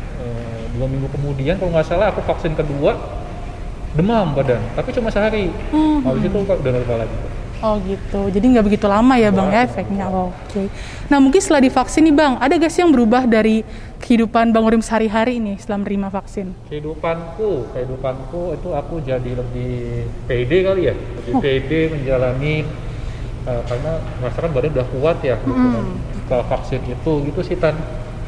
2 minggu kemudian kalau nggak salah aku vaksin kedua, demam badan, tapi cuma sehari. Habis itu udah normal lagi. Oh gitu, jadi nggak begitu lama ya Bang ya efeknya. Oke. Nah mungkin setelah divaksin nih Bang, ada gak sih yang berubah dari kehidupan Bang Urim sehari-hari ini setelah menerima vaksin? Kehidupanku itu aku jadi lebih pede kali ya, lebih pede menjalani karena merasakan badan udah kuat ya setelah vaksin itu gitu sih Tan.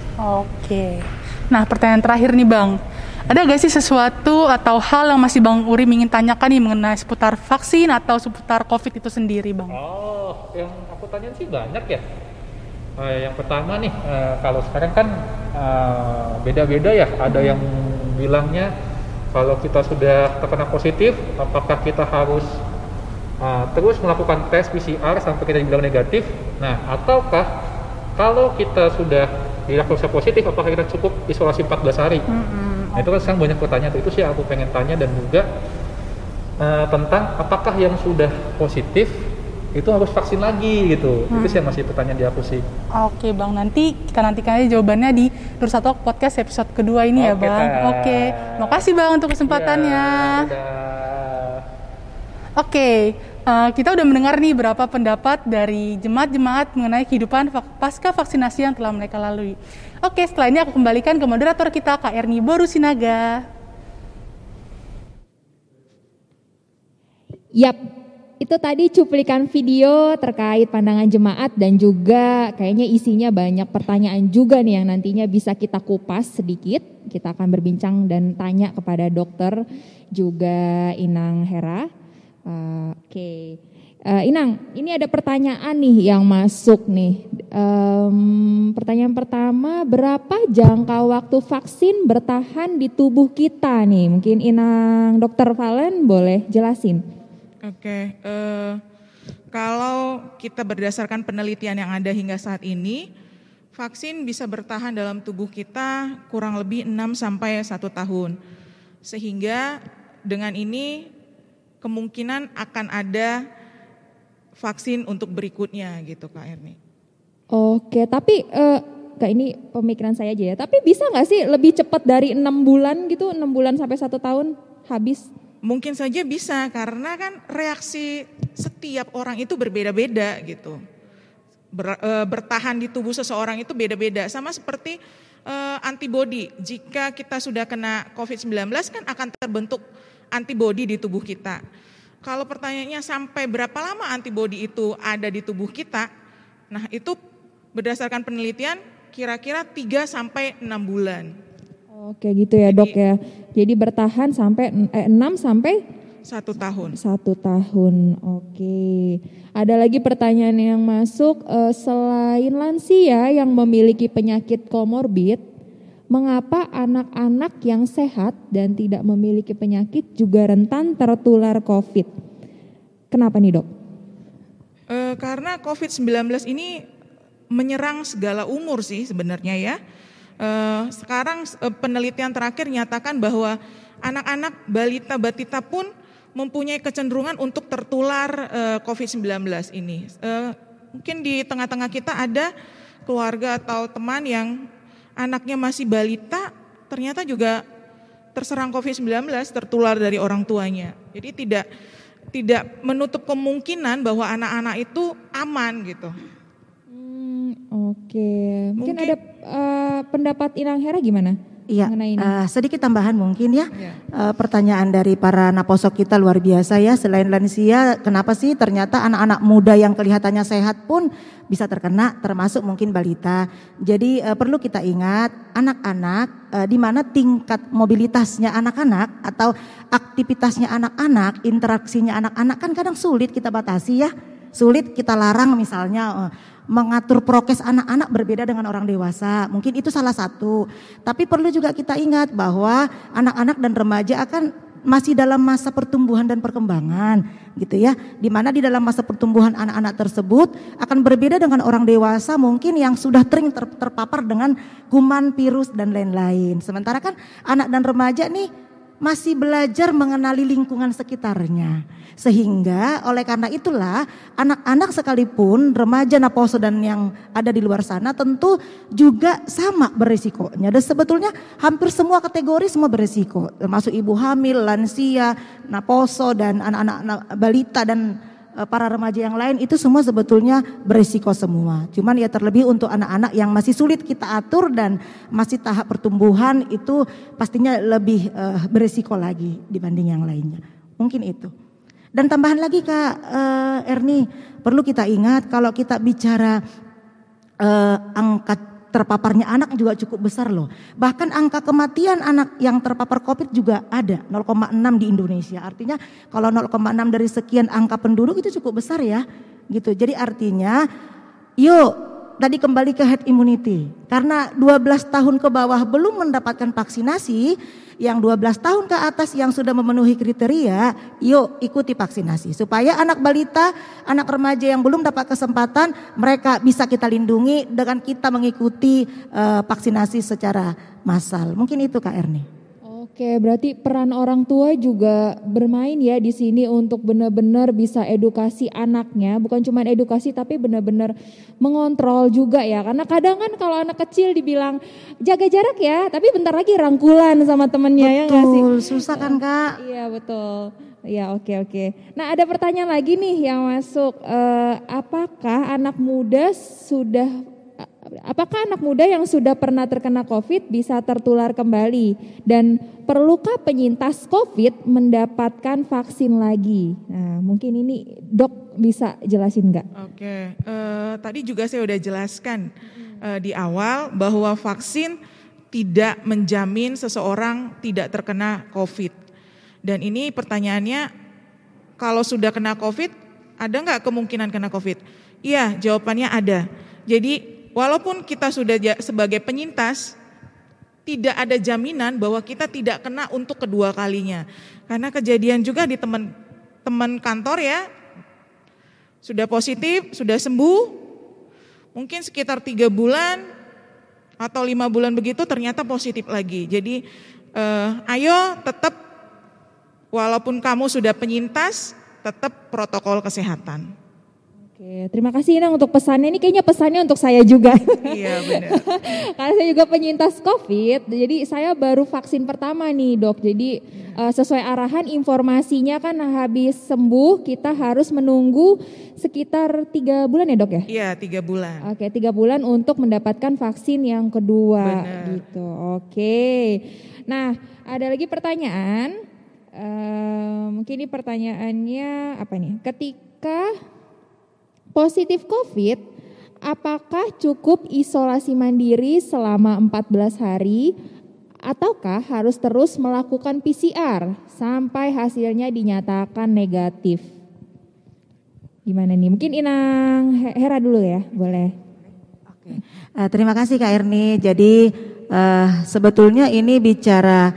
Oke. Nah pertanyaan terakhir nih Bang, ada gak sih sesuatu atau hal yang masih Bang Urim ingin tanyakan nih mengenai seputar vaksin atau seputar COVID itu sendiri Bang? Oh, yang aku tanyain sih banyak ya. Yang pertama nih, kalau sekarang kan beda-beda ya. Ada yang bilangnya kalau kita sudah terkena positif, apakah kita harus terus melakukan tes PCR sampai kita dibilang negatif? Nah, ataukah kalau kita sudah diagnosa positif, apakah kita cukup isolasi 14 hari? Nah, itu kan sekarang banyak pertanyaan. Itu sih aku pengen tanya, dan juga tentang apakah yang sudah positif itu harus vaksin lagi gitu. Itu sih yang masih pertanyaan di aku sih. Oke Bang, nanti kita nantikan aja jawabannya di Dursa Talk Podcast episode kedua ini ya Bang. Oke, makasih Bang untuk kesempatannya. Oke, kita udah mendengar nih berapa pendapat dari jemaat-jemaat mengenai kehidupan pasca vaksinasi yang telah mereka lalui. Oke, setelah ini aku kembalikan ke moderator kita, Kak Erni Borusinaga. Yap, itu tadi cuplikan video terkait pandangan jemaat dan juga kayaknya isinya banyak pertanyaan juga nih yang nantinya bisa kita kupas sedikit. Kita akan berbincang dan tanya kepada dokter juga Inang Hera. Oke. Inang, ini ada pertanyaan nih yang masuk nih. Pertanyaan pertama, berapa jangka waktu vaksin bertahan di tubuh kita nih? Mungkin Inang Dr. Valen boleh jelasin. Oke, kalau kita berdasarkan penelitian yang ada hingga saat ini, vaksin bisa bertahan dalam tubuh kita kurang lebih 6 sampai 1 tahun. Sehingga dengan ini kemungkinan akan ada vaksin untuk berikutnya gitu Kak Erni. Oke, tapi Kak ini pemikiran saya aja ya. Tapi bisa nggak sih lebih cepat dari 6 bulan gitu, 6 bulan sampai 1 tahun habis? Mungkin saja bisa, karena kan reaksi setiap orang itu berbeda-beda gitu. Bertahan di tubuh seseorang itu beda-beda. Sama seperti antibodi. Jika kita sudah kena COVID-19 kan akan terbentuk antibodi di tubuh kita. Kalau pertanyaannya sampai berapa lama antibodi itu ada di tubuh kita, nah itu berdasarkan penelitian kira-kira 3 sampai 6 bulan. Oke gitu ya Dok ya. Jadi bertahan sampai 6 sampai 1 tahun. 1 tahun. Oke. Ada lagi pertanyaan yang masuk, selain lansia yang memiliki penyakit komorbid, mengapa anak-anak yang sehat dan tidak memiliki penyakit juga rentan tertular COVID? Kenapa nih Dok? Karena COVID-19 ini menyerang segala umur sih sebenarnya ya. Sekarang penelitian terakhir nyatakan bahwa anak-anak balita-batita pun mempunyai kecenderungan untuk tertular COVID-19 ini. Mungkin di tengah-tengah kita ada keluarga atau teman yang anaknya masih balita, ternyata juga terserang COVID-19, tertular dari orang tuanya. Jadi tidak menutup kemungkinan bahwa anak-anak itu aman gitu. Oke. Mungkin ada pendapat Inang Hera gimana? Iya, mengenai ini? sedikit tambahan mungkin ya. Pertanyaan dari para naposok kita luar biasa ya. Selain lansia, kenapa sih ternyata anak-anak muda yang kelihatannya sehat pun bisa terkena, termasuk mungkin balita. Jadi perlu kita ingat anak-anak di mana tingkat mobilitasnya anak-anak atau aktivitasnya anak-anak, interaksinya anak-anak kan kadang sulit kita batasi ya. Sulit kita larang misalnya mengatur prokes anak-anak berbeda dengan orang dewasa. Mungkin itu salah satu. Tapi perlu juga kita ingat bahwa anak-anak dan remaja akan masih dalam masa pertumbuhan dan perkembangan gitu ya. Di mana di dalam masa pertumbuhan anak-anak tersebut akan berbeda dengan orang dewasa mungkin yang sudah sering terpapar dengan kuman, virus dan lain-lain. Sementara kan anak dan remaja nih masih belajar mengenali lingkungan sekitarnya. Sehingga oleh karena itulah anak-anak sekalipun remaja, naposo dan yang ada di luar sana tentu juga sama berisikonya. Dan sebetulnya hampir semua kategori semua berisiko, termasuk ibu hamil, lansia, naposo dan anak-anak balita dan para remaja yang lain itu semua sebetulnya berisiko semua. Cuman ya terlebih untuk anak-anak yang masih sulit kita atur dan masih tahap pertumbuhan itu pastinya lebih berisiko lagi dibanding yang lainnya. Mungkin itu. Dan tambahan lagi Kak Erni, perlu kita ingat kalau kita bicara angka terpaparnya anak juga cukup besar loh. Bahkan angka kematian anak yang terpapar COVID juga ada 0,6 di Indonesia. Artinya kalau 0,6 dari sekian angka penduduk itu cukup besar ya. Gitu. Jadi artinya yuk tadi kembali ke herd immunity. Karena 12 tahun ke bawah belum mendapatkan vaksinasi, yang 12 tahun ke atas yang sudah memenuhi kriteria, yuk ikuti vaksinasi. Supaya anak balita, anak remaja yang belum dapat kesempatan, mereka bisa kita lindungi dengan kita mengikuti vaksinasi secara massal. Mungkin itu Kak Erni. Oke, berarti peran orang tua juga bermain ya di sini untuk benar-benar bisa edukasi anaknya, bukan cuma edukasi tapi benar-benar mengontrol juga ya. Karena kadang kan kalau anak kecil dibilang jaga jarak ya, tapi bentar lagi rangkulan sama temennya. Betul, ya nggak sih? Susah kan Kak? Iya betul. Ya oke. Nah ada pertanyaan lagi nih yang masuk. Apakah anak muda yang sudah pernah terkena COVID bisa tertular kembali? Dan perlukah penyintas COVID mendapatkan vaksin lagi? Nah mungkin ini dok bisa jelasin nggak? Oke, tadi juga saya udah jelaskan di awal bahwa vaksin tidak menjamin seseorang tidak terkena COVID. Dan ini pertanyaannya, kalau sudah kena COVID, ada nggak kemungkinan kena COVID? Iya, jawabannya ada. Jadi walaupun kita sudah sebagai penyintas, tidak ada jaminan bahwa kita tidak kena untuk kedua kalinya. Karena kejadian juga di teman kantor ya, sudah positif, sudah sembuh, mungkin sekitar 3 bulan atau 5 bulan begitu ternyata positif lagi. Jadi ayo tetap, walaupun kamu sudah penyintas, tetap protokol kesehatan. Oke, terima kasih Inang untuk pesannya. Ini kayaknya pesannya untuk saya juga. Iya benar. Karena saya juga penyintas COVID, jadi saya baru vaksin pertama nih dok. Jadi sesuai arahan informasinya kan habis sembuh kita harus menunggu sekitar 3 bulan ya dok ya? Iya 3 bulan. Oke 3 bulan untuk mendapatkan vaksin yang kedua. Benar. Gitu. Oke. Nah ada lagi pertanyaan. Mungkin ini pertanyaannya apa nih? Ketika positif COVID, apakah cukup isolasi mandiri selama 14 hari ataukah harus terus melakukan PCR sampai hasilnya dinyatakan negatif? Gimana nih? Mungkin Inang Hera dulu ya, boleh. Oke. Terima kasih Kak Erni. Jadi sebetulnya ini bicara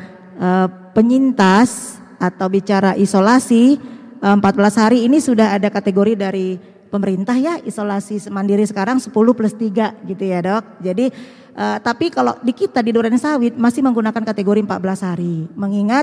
penyintas atau bicara isolasi 14 hari ini sudah ada kategori dari pemerintah ya, isolasi mandiri sekarang 10+3 gitu ya dok. Jadi tapi kalau di kita di Duren Sawit masih menggunakan kategori 14 hari. Mengingat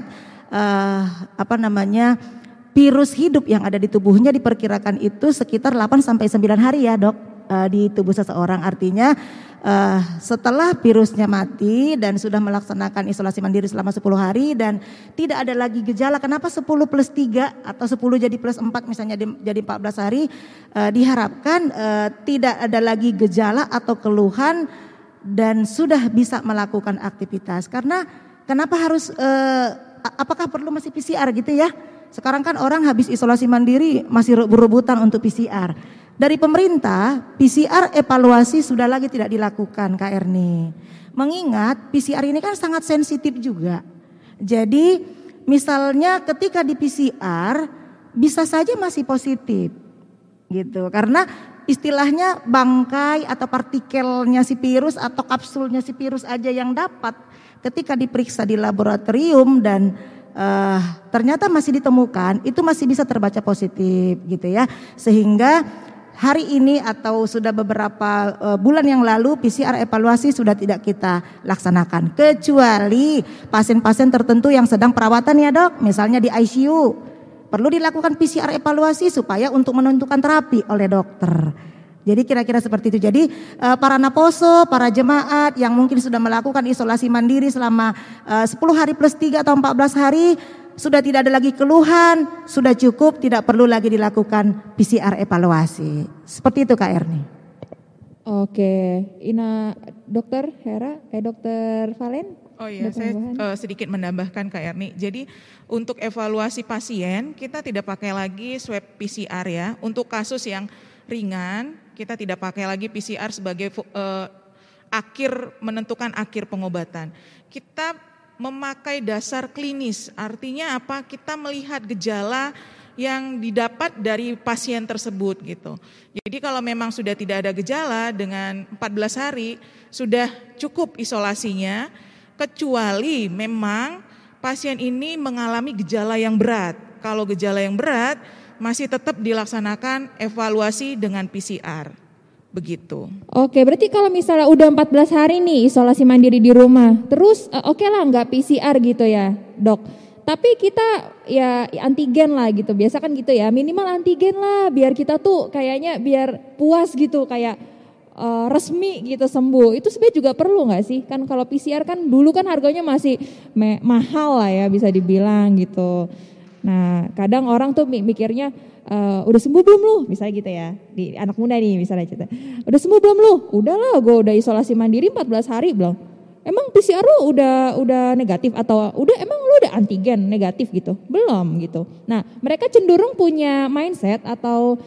virus hidup yang ada di tubuhnya diperkirakan itu sekitar 8-9 hari ya dok di tubuh seseorang. Artinya setelah virusnya mati dan sudah melaksanakan isolasi mandiri selama 10 hari dan tidak ada lagi gejala, kenapa 10+3 atau 10 jadi +4 misalnya jadi 14 hari, diharapkan tidak ada lagi gejala atau keluhan dan sudah bisa melakukan aktivitas. Karena kenapa harus apakah perlu masih PCR gitu ya? Sekarang kan orang habis isolasi mandiri masih berebutan untuk PCR. Dari pemerintah, PCR evaluasi sudah lagi tidak dilakukan Kak Erni. Mengingat PCR ini kan sangat sensitif juga. Jadi misalnya ketika di PCR bisa saja masih positif gitu. Karena istilahnya bangkai atau partikelnya si virus atau kapsulnya si virus aja yang dapat ketika diperiksa di laboratorium dan ternyata masih ditemukan, itu masih bisa terbaca positif gitu ya. Sehingga hari ini atau sudah beberapa bulan yang lalu PCR evaluasi sudah tidak kita laksanakan. Kecuali pasien-pasien tertentu yang sedang perawatan ya dok, misalnya di ICU. Perlu dilakukan PCR evaluasi supaya untuk menentukan terapi oleh dokter. Jadi kira-kira seperti itu. Jadi para naposo, para jemaat yang mungkin sudah melakukan isolasi mandiri selama 10 hari +3 atau 14 hari, sudah tidak ada lagi keluhan, sudah cukup, tidak perlu lagi dilakukan PCR evaluasi. Seperti itu Kak Erni. Oke, Dokter Hera, Dokter Valen? Oh iya, saya sedikit menambahkan Kak Erni. Jadi untuk evaluasi pasien kita tidak pakai lagi swab PCR ya. Untuk kasus yang ringan kita tidak pakai lagi PCR sebagai menentukan akhir pengobatan. Kita memakai dasar klinis, artinya apa? Kita melihat gejala yang didapat dari pasien tersebut gitu. Jadi kalau memang sudah tidak ada gejala dengan 14 hari sudah cukup isolasinya, kecuali memang pasien ini mengalami gejala yang berat. Kalau gejala yang berat masih tetap dilaksanakan evaluasi dengan PCR. Begitu. Oke, berarti kalau misalnya udah 14 hari nih isolasi mandiri di rumah, terus oke lah nggak PCR gitu ya dok. Tapi kita ya antigen lah gitu, biasa kan gitu ya, minimal antigen lah biar kita tuh kayaknya biar puas gitu, kayak resmi gitu sembuh. Itu sebenarnya juga perlu nggak sih? Kan kalau PCR kan dulu kan harganya masih mahal lah ya bisa dibilang gitu. Nah kadang orang tuh mikirnya udah sembuh belum lu? Misalnya gitu ya, di anak muda nih misalnya cerita. Udah sembuh belum lu? Udahlah, gue udah isolasi mandiri 14 hari belum. Emang PCR lu udah negatif atau emang lu udah antigen negatif gitu? Belum gitu. Nah, mereka cenderung punya mindset atau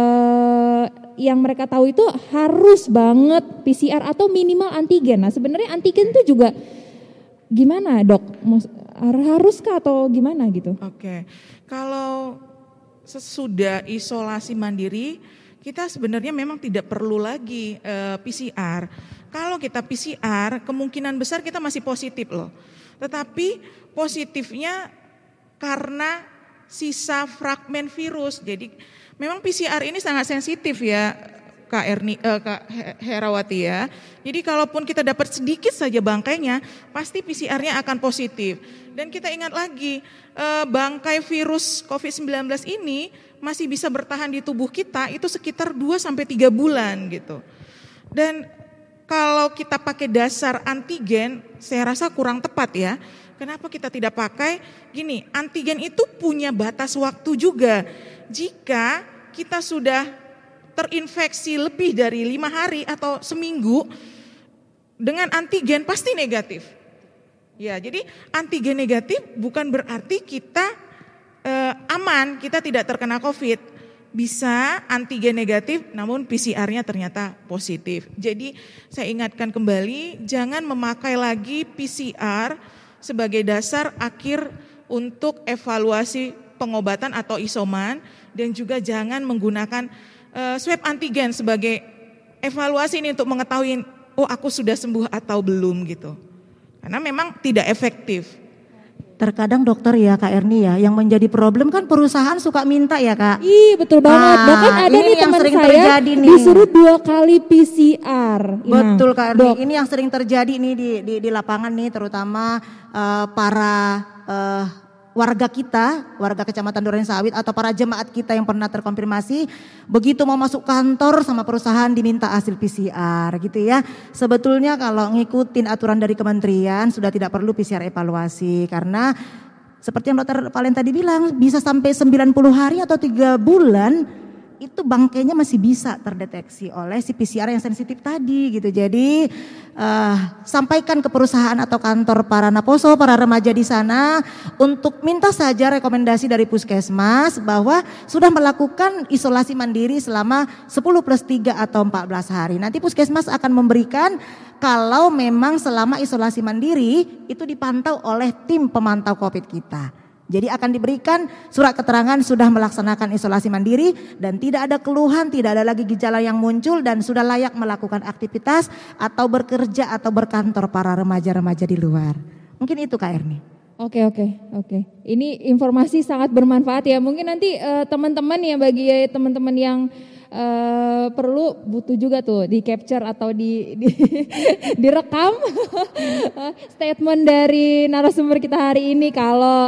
yang mereka tahu itu harus banget PCR atau minimal antigen. Nah, sebenarnya antigen itu juga gimana, Dok? Haruskah atau gimana gitu? Oke. Kalau sesudah isolasi mandiri, kita sebenarnya memang tidak perlu lagi PCR. Kalau kita PCR, kemungkinan besar kita masih positif loh. Tetapi positifnya karena sisa fragmen virus. Jadi memang PCR ini sangat sensitif ya Kak Herawati ya. Jadi kalaupun kita dapat sedikit saja bangkainya, pasti PCR-nya akan positif. Dan kita ingat lagi, bangkai virus COVID-19 ini masih bisa bertahan di tubuh kita itu sekitar 2-3 bulan gitu. Dan kalau kita pakai dasar antigen, saya rasa kurang tepat ya. Kenapa kita tidak pakai? Gini, antigen itu punya batas waktu juga. Jika kita sudah terinfeksi lebih dari 5 hari atau seminggu, dengan antigen pasti negatif. Ya, jadi antigen negatif bukan berarti kita aman, kita tidak terkena COVID. Bisa antigen negatif namun PCR-nya ternyata positif. Jadi saya ingatkan kembali, jangan memakai lagi PCR sebagai dasar akhir untuk evaluasi pengobatan atau isoman, dan juga jangan menggunakan swab antigen sebagai evaluasi ini untuk mengetahui aku sudah sembuh atau belum gitu. Karena memang tidak efektif. Terkadang dokter ya Kak Erni ya, yang menjadi problem kan perusahaan suka minta ya Kak. Ih betul banget, bahkan ada ini nih yang teman sering saya terjadi nih. disuruh 2 kali PCR. Betul Kak Erni, Dok, ini yang sering terjadi nih di lapangan nih, terutama para warga kita, warga Kecamatan Durensawit atau para jemaat kita yang pernah terkonfirmasi, begitu mau masuk kantor sama perusahaan diminta hasil PCR gitu ya. Sebetulnya kalau ngikutin aturan dari kementerian sudah tidak perlu PCR evaluasi, karena seperti yang Dokter Valen tadi bilang bisa sampai 90 hari atau 3 bulan itu bangkainya masih bisa terdeteksi oleh si PCR yang sensitif tadi gitu. Jadi sampaikan ke perusahaan atau kantor para naposo, para remaja di sana untuk minta saja rekomendasi dari puskesmas bahwa sudah melakukan isolasi mandiri selama 10+3 atau 14 hari. Nanti puskesmas akan memberikan kalau memang selama isolasi mandiri itu dipantau oleh tim pemantau COVID kita. Jadi akan diberikan surat keterangan sudah melaksanakan isolasi mandiri dan tidak ada keluhan, tidak ada lagi gejala yang muncul dan sudah layak melakukan aktivitas atau bekerja atau berkantor para remaja-remaja di luar. Mungkin itu Kak Erni. Oke. Ini informasi sangat bermanfaat ya. Mungkin nanti teman-teman ya, bagi teman-teman yang perlu butuh juga tuh di capture atau direkam statement dari narasumber kita hari ini kalau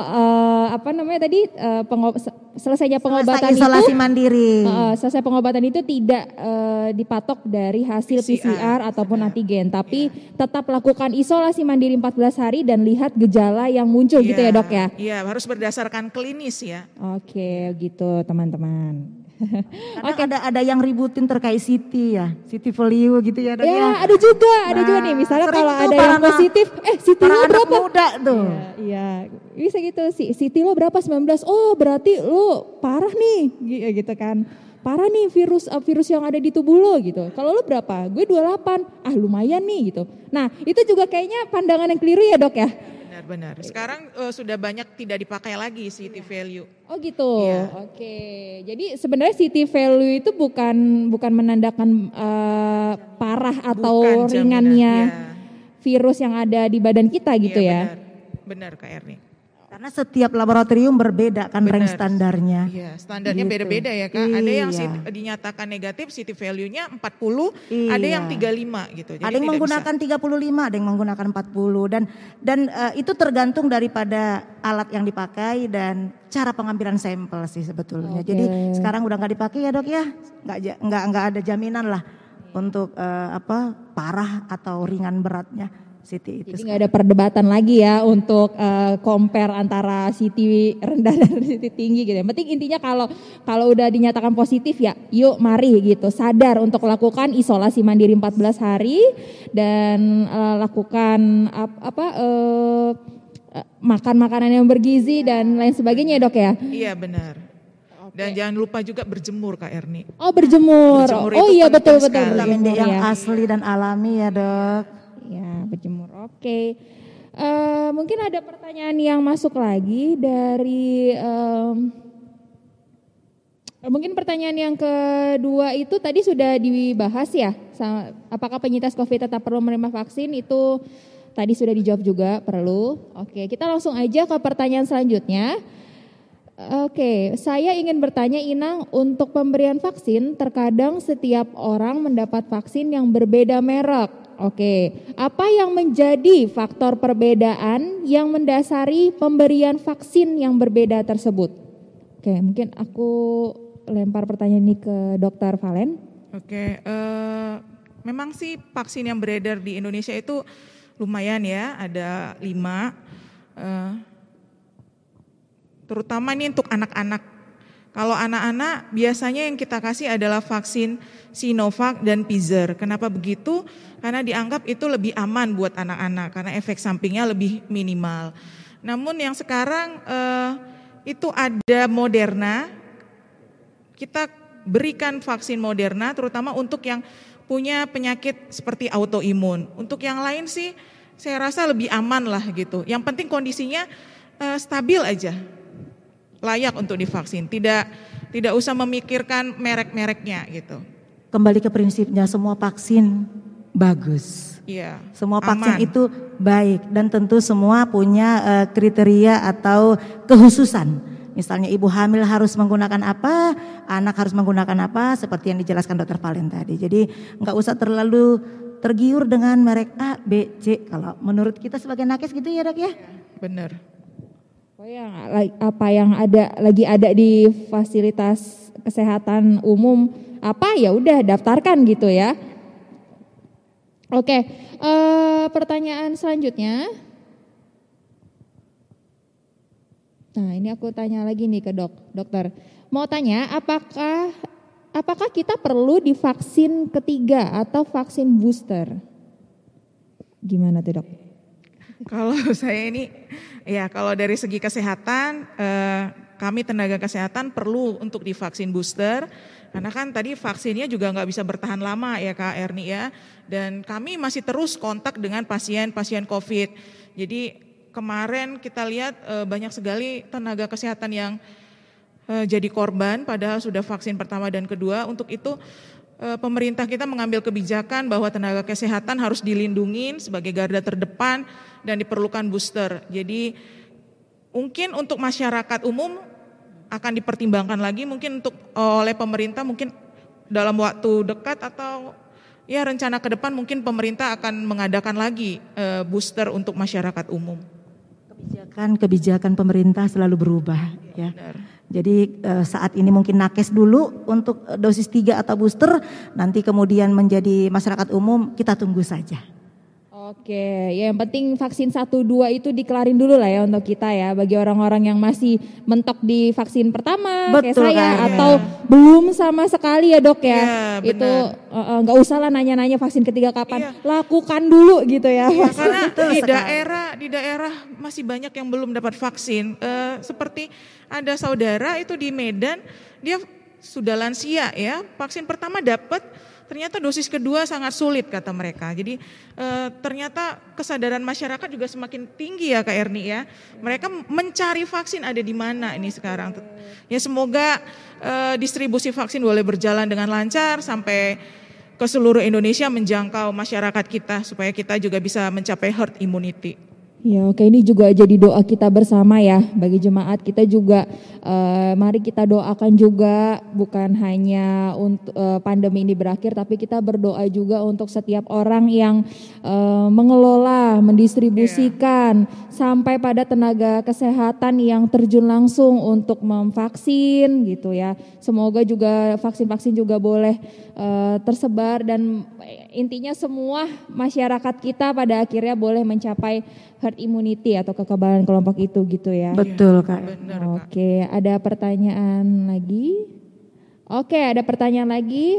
selesainya pengobatan isolasi mandiri. Selesai pengobatan itu tidak dipatok dari hasil PCR ataupun antigen, tapi tetap lakukan isolasi mandiri 14 hari dan lihat gejala yang muncul gitu ya Dok ya. Iya, harus berdasarkan klinis ya. Oke, gitu teman-teman. Karena ada yang ributin terkait CT ya, CT value gitu ya. Ya, ada juga nih. Misalnya kalau ada yang positif, CT lo berapa? Muda tuh. Iya, bisa gitu sih. CT lo berapa? 19. Oh, berarti lo parah nih, gitu kan. Parah nih virus yang ada di tubuh lo gitu. Kalau lo berapa? Gue 28. Lumayan nih gitu. Nah, itu juga kayaknya pandangan yang keliru ya Dok ya. Benar. Sekarang sudah banyak tidak dipakai lagi CT value. Oh gitu. Iya. Oke. Jadi sebenarnya CT value itu bukan menandakan parah atau ringannya virus yang ada di badan kita gitu ya. Benar Kak Erni. Karena setiap laboratorium berbeda kan rank standarnya. Iya, standarnya gitu. Beda-beda ya Kak. Ada yang dinyatakan negatif CT value-nya 40, ada yang 35 gitu. Jadi ada yang menggunakan 35, ada yang menggunakan 40 dan itu tergantung daripada alat yang dipakai dan cara pengambilan sampel sih sebetulnya. Okay. Jadi sekarang udah nggak dipakai ya Dok ya. Nggak ada jaminan lah untuk parah atau ringan beratnya. CT itu. Jadi nggak ada perdebatan lagi ya untuk compare antara CT rendah dan CT tinggi gitu. Yang penting intinya kalau udah dinyatakan positif ya, yuk mari gitu sadar untuk lakukan isolasi mandiri 14 hari dan lakukan makan makanan yang bergizi dan lain sebagainya Dok ya. Iya benar. Dan jangan lupa juga berjemur Kak Erni. Oh berjemur. Oh iya betul. Vitamin D yang asli dan alami ya Dok. Ya berjemur. Oke. Mungkin ada pertanyaan yang masuk lagi dari mungkin pertanyaan yang kedua itu tadi sudah dibahas ya. Apakah penyintas COVID tetap perlu menerima vaksin, itu tadi sudah dijawab juga perlu. Oke, kita langsung aja ke pertanyaan selanjutnya. Oke, saya ingin bertanya Inang, untuk pemberian vaksin terkadang setiap orang mendapat vaksin yang berbeda merek. Oke, apa yang menjadi faktor perbedaan yang mendasari pemberian vaksin yang berbeda tersebut? Oke, mungkin aku lempar pertanyaan ini ke Dr. Valen. Oke, memang sih vaksin yang beredar di Indonesia itu lumayan ya, ada 5. Terutama ini untuk anak-anak. Kalau anak-anak biasanya yang kita kasih adalah vaksin Sinovac dan Pfizer. Kenapa begitu? Karena dianggap itu lebih aman buat anak-anak karena efek sampingnya lebih minimal. Namun yang sekarang itu ada Moderna. Kita berikan vaksin Moderna terutama untuk yang punya penyakit seperti autoimun. Untuk yang lain sih saya rasa lebih aman lah gitu. Yang penting kondisinya stabil aja. Layak untuk divaksin, tidak usah memikirkan merek-mereknya gitu. Kembali ke prinsipnya, semua vaksin bagus. Iya. Semua vaksin aman. itu baik dan tentu semua punya kriteria atau kekhususan. Misalnya ibu hamil harus menggunakan apa, anak harus menggunakan apa, seperti yang dijelaskan Dokter Valen tadi. Jadi nggak usah terlalu tergiur dengan merek A, B, C. Kalau menurut kita sebagai nakes gitu ya Dok ya. Benar. Apa yang lagi ada di fasilitas kesehatan umum apa ya udah daftarkan gitu ya. Oke, pertanyaan selanjutnya. Nah, ini aku tanya lagi nih ke dokter. Mau tanya, apakah kita perlu divaksin ketiga atau vaksin booster? Gimana tuh, Dok? Kalau saya ini, ya kalau dari segi kesehatan, kami tenaga kesehatan perlu untuk divaksin booster. Karena kan tadi vaksinnya juga nggak bisa bertahan lama ya Kak Erni ya. Dan kami masih terus kontak dengan pasien-pasien COVID. Jadi kemarin kita lihat banyak sekali tenaga kesehatan yang jadi korban padahal sudah vaksin pertama dan kedua. Untuk itu pemerintah kita mengambil kebijakan bahwa tenaga kesehatan harus dilindungi sebagai garda terdepan dan diperlukan booster. Jadi mungkin untuk masyarakat umum akan dipertimbangkan lagi mungkin untuk oleh pemerintah mungkin dalam waktu dekat atau ya rencana ke depan mungkin pemerintah akan mengadakan lagi booster untuk masyarakat umum. Kebijakan pemerintah selalu berubah ya. Benar. Jadi saat ini mungkin nakes dulu untuk dosis 3 atau booster, nanti kemudian menjadi masyarakat umum kita tunggu saja. Oke, ya yang penting vaksin 1-2 itu dikelarin dulu lah ya untuk kita ya. Bagi orang-orang yang masih mentok di vaksin pertama kayak Betul, saya kan? atau belum sama sekali ya Dok ya. Ya, itu nggak usah lah nanya-nanya vaksin ketiga kapan. Iya. Lakukan dulu gitu ya. Ya, karena di daerah masih banyak yang belum dapat vaksin. Seperti ada saudara itu di Medan, dia sudah lansia ya, vaksin pertama dapat, ternyata dosis kedua sangat sulit kata mereka. Jadi ternyata kesadaran masyarakat juga semakin tinggi ya Kak Erni ya. Mereka mencari vaksin ada di mana ini sekarang. Ya semoga distribusi vaksin boleh berjalan dengan lancar sampai ke seluruh Indonesia menjangkau masyarakat kita supaya kita juga bisa mencapai herd immunity. Ya oke, ini juga jadi doa kita bersama ya bagi jemaat kita juga. Mari kita doakan juga bukan hanya untuk pandemi ini berakhir, tapi kita berdoa juga untuk setiap orang yang mengelola, mendistribusikan sampai pada tenaga kesehatan yang terjun langsung untuk memvaksin gitu ya. Semoga juga vaksin-vaksin juga boleh tersebar dan intinya semua masyarakat kita pada akhirnya boleh mencapai herd immunity atau kekebalan kelompok itu gitu ya. Betul Kak. Benar, Kak. Oke, ada pertanyaan lagi? Oke, ada pertanyaan lagi.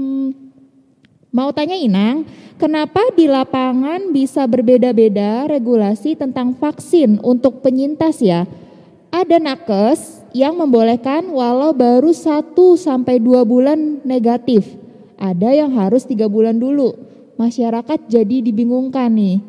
Mau tanya Inang, kenapa di lapangan bisa berbeda-beda regulasi tentang vaksin untuk penyintas ya? Ada nakes yang membolehkan walau baru 1-2 bulan negatif. Ada yang harus 3 bulan dulu. Masyarakat jadi dibingungkan nih.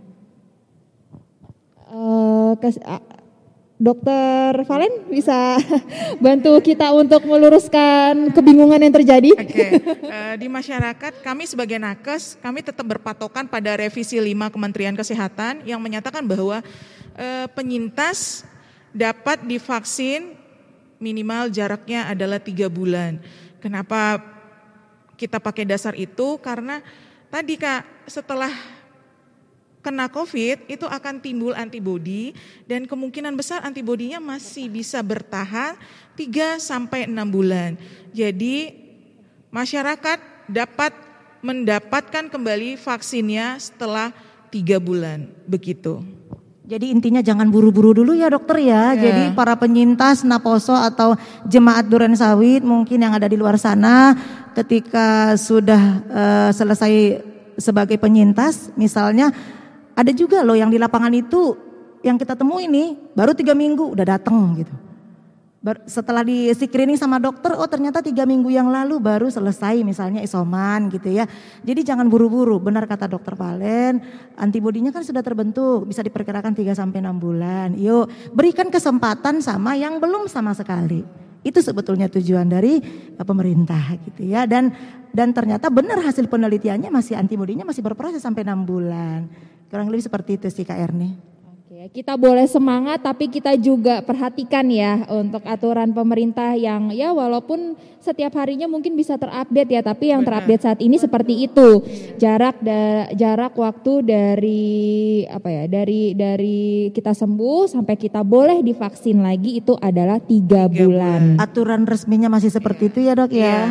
Dokter Valen bisa bantu kita untuk meluruskan kebingungan yang terjadi? Oke. Di masyarakat kami sebagai nakes, kami tetap berpatokan pada revisi 5 Kementerian Kesehatan yang menyatakan bahwa penyintas dapat divaksin minimal jaraknya adalah 3 bulan. Kenapa kita pakai dasar itu? Karena tadi Kak, setelah kena COVID itu akan timbul antibodi dan kemungkinan besar antibodinya masih bisa bertahan 3-6 bulan. Jadi masyarakat dapat mendapatkan kembali vaksinnya setelah 3 bulan, begitu. Jadi intinya jangan buru-buru dulu ya dokter ya. Jadi para penyintas Naposo atau jemaat Durensawit mungkin yang ada di luar sana ketika sudah selesai sebagai penyintas misalnya, ada juga loh yang di lapangan itu yang kita temui nih baru 3 minggu udah datang gitu. Setelah di screening sama dokter, oh ternyata 3 minggu yang lalu baru selesai misalnya isoman gitu ya. Jadi jangan buru-buru, benar kata dokter Valen, antibodinya kan sudah terbentuk, bisa diperkirakan 3-6 bulan. Yuk berikan kesempatan sama yang belum sama sekali. Itu sebetulnya tujuan dari pemerintah gitu ya. Dan ternyata benar hasil penelitiannya masih antibodinya masih berproses sampai 6 bulan. Kurang lebih seperti itu sih Kak Erni. Kita boleh semangat tapi kita juga perhatikan ya untuk aturan pemerintah yang ya walaupun setiap harinya mungkin bisa terupdate ya, tapi yang terupdate saat ini seperti itu. Jarak waktu dari dari kita sembuh sampai kita boleh divaksin lagi itu adalah 3 bulan. Aturan resminya masih seperti itu ya Dok ya.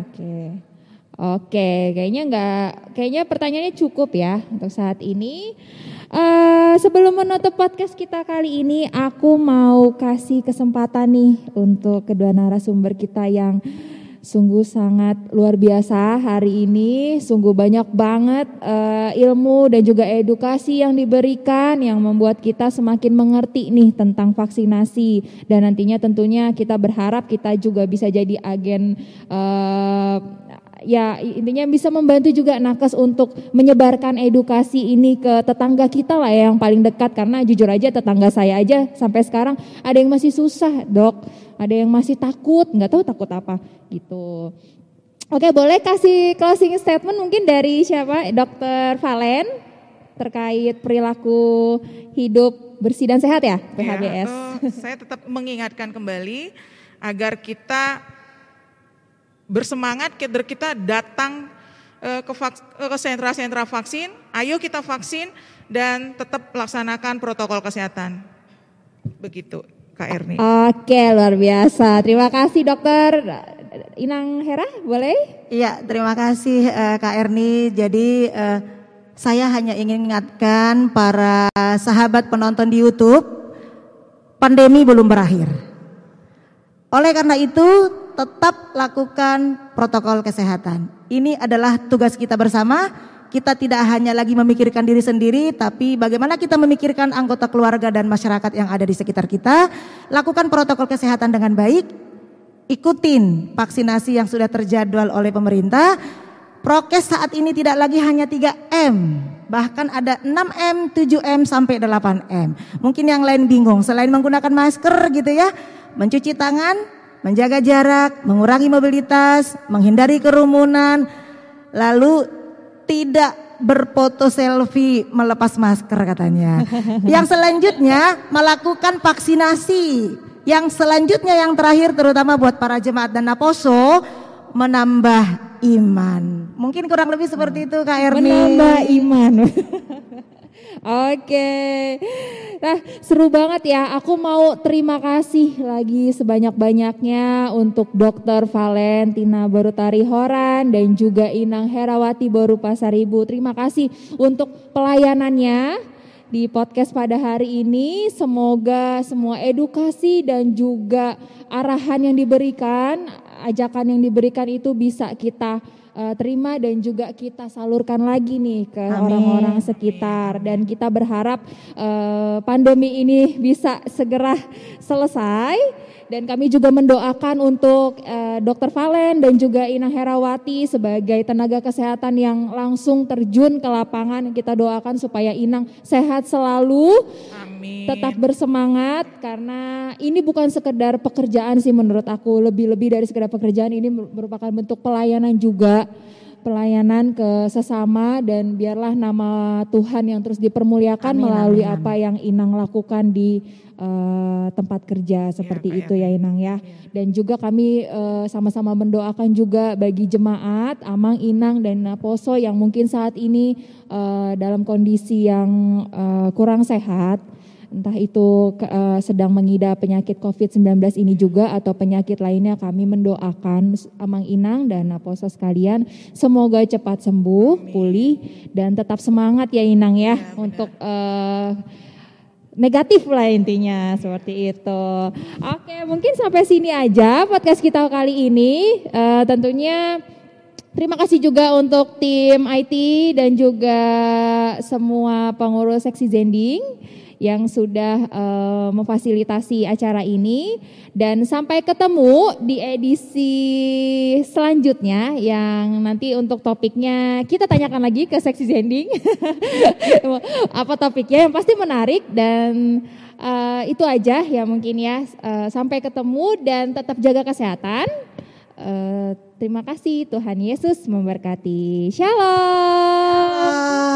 Oke, kayaknya pertanyaannya cukup ya untuk saat ini. Sebelum menutup podcast kita kali ini, aku mau kasih kesempatan nih untuk kedua narasumber kita yang sungguh sangat luar biasa hari ini. Sungguh banyak banget ilmu dan juga edukasi yang diberikan yang membuat kita semakin mengerti nih tentang vaksinasi. Dan nantinya tentunya kita berharap kita juga bisa jadi agen ya intinya bisa membantu juga nakes untuk menyebarkan edukasi ini ke tetangga kita lah ya, yang paling dekat, karena jujur aja tetangga saya aja sampai sekarang ada yang masih susah Dok, ada yang masih takut, nggak tahu takut apa gitu. Oke, boleh kasih closing statement mungkin dari siapa? Dr. Valen terkait perilaku hidup bersih dan sehat ya PHBS. Saya tetap mengingatkan kembali agar kita bersemangat, kita datang ke sentra-sentra vaksin, ayo kita vaksin dan tetap laksanakan protokol kesehatan. Begitu Kak Erni. Oke, luar biasa. Terima kasih Dokter Inang Hera, boleh? Iya, terima kasih Kak Erni. Jadi saya hanya ingin ingatkan para sahabat penonton di YouTube, pandemi belum berakhir. Oleh karena itu tetap lakukan protokol kesehatan. Ini adalah tugas kita bersama. Kita tidak hanya lagi memikirkan diri sendiri, tapi bagaimana kita memikirkan anggota keluarga dan masyarakat yang ada di sekitar kita. Lakukan protokol kesehatan dengan baik. Ikutin vaksinasi yang sudah terjadwal oleh pemerintah. Prokes saat ini tidak lagi hanya 3M. Bahkan ada 6M, 7M sampai 8M. Mungkin yang lain bingung, selain menggunakan masker gitu ya, mencuci tangan, menjaga jarak, mengurangi mobilitas, menghindari kerumunan, lalu tidak berfoto selfie melepas masker katanya. Yang selanjutnya melakukan vaksinasi. Yang selanjutnya yang terakhir terutama buat para jemaat dan naposo, menambah iman. Mungkin kurang lebih seperti itu Kak Erni. Menambah iman. Oke, nah seru banget ya. Aku mau terima kasih lagi sebanyak-banyaknya untuk Dr. Valentina Barutari Horan dan juga Inang Herawati Boru Pasaribu. Terima kasih untuk pelayanannya di podcast pada hari ini. Semoga semua edukasi dan juga arahan yang diberikan, ajakan yang diberikan itu bisa kita terima dan juga kita salurkan lagi nih ke orang-orang sekitar. Dan kita berharap pandemi ini bisa segera selesai. Dan kami juga mendoakan untuk Dr. Valen dan juga Inang Herawati sebagai tenaga kesehatan yang langsung terjun ke lapangan. Kita doakan supaya Inang sehat selalu, amin, tetap bersemangat, karena ini bukan sekedar pekerjaan sih menurut aku, lebih dari sekedar pekerjaan, ini merupakan bentuk pelayanan juga. Pelayanan ke sesama, dan biarlah nama Tuhan yang terus dipermuliakan melalui apa yang Inang lakukan di tempat kerja seperti itu ya Inang ya. Dan juga kami sama-sama mendoakan juga bagi jemaat Amang, Inang dan Naposo yang mungkin saat ini dalam kondisi yang kurang sehat. Entah itu sedang mengidap penyakit COVID-19 ini juga atau penyakit lainnya, kami mendoakan Amang, Inang dan Naposo sekalian semoga cepat sembuh, pulih dan tetap semangat ya Inang ya, untuk negatif lah intinya seperti itu. Oke, mungkin sampai sini aja podcast kita kali ini. Tentunya terima kasih juga untuk tim IT dan juga semua pengurus seksi Zending yang sudah memfasilitasi acara ini, dan sampai ketemu di edisi selanjutnya yang nanti untuk topiknya kita tanyakan lagi ke seksi Zending apa topiknya yang pasti menarik, dan Itu aja ya mungkin ya. Sampai ketemu dan tetap jaga kesehatan. Terima kasih, Tuhan Yesus memberkati. Shalom.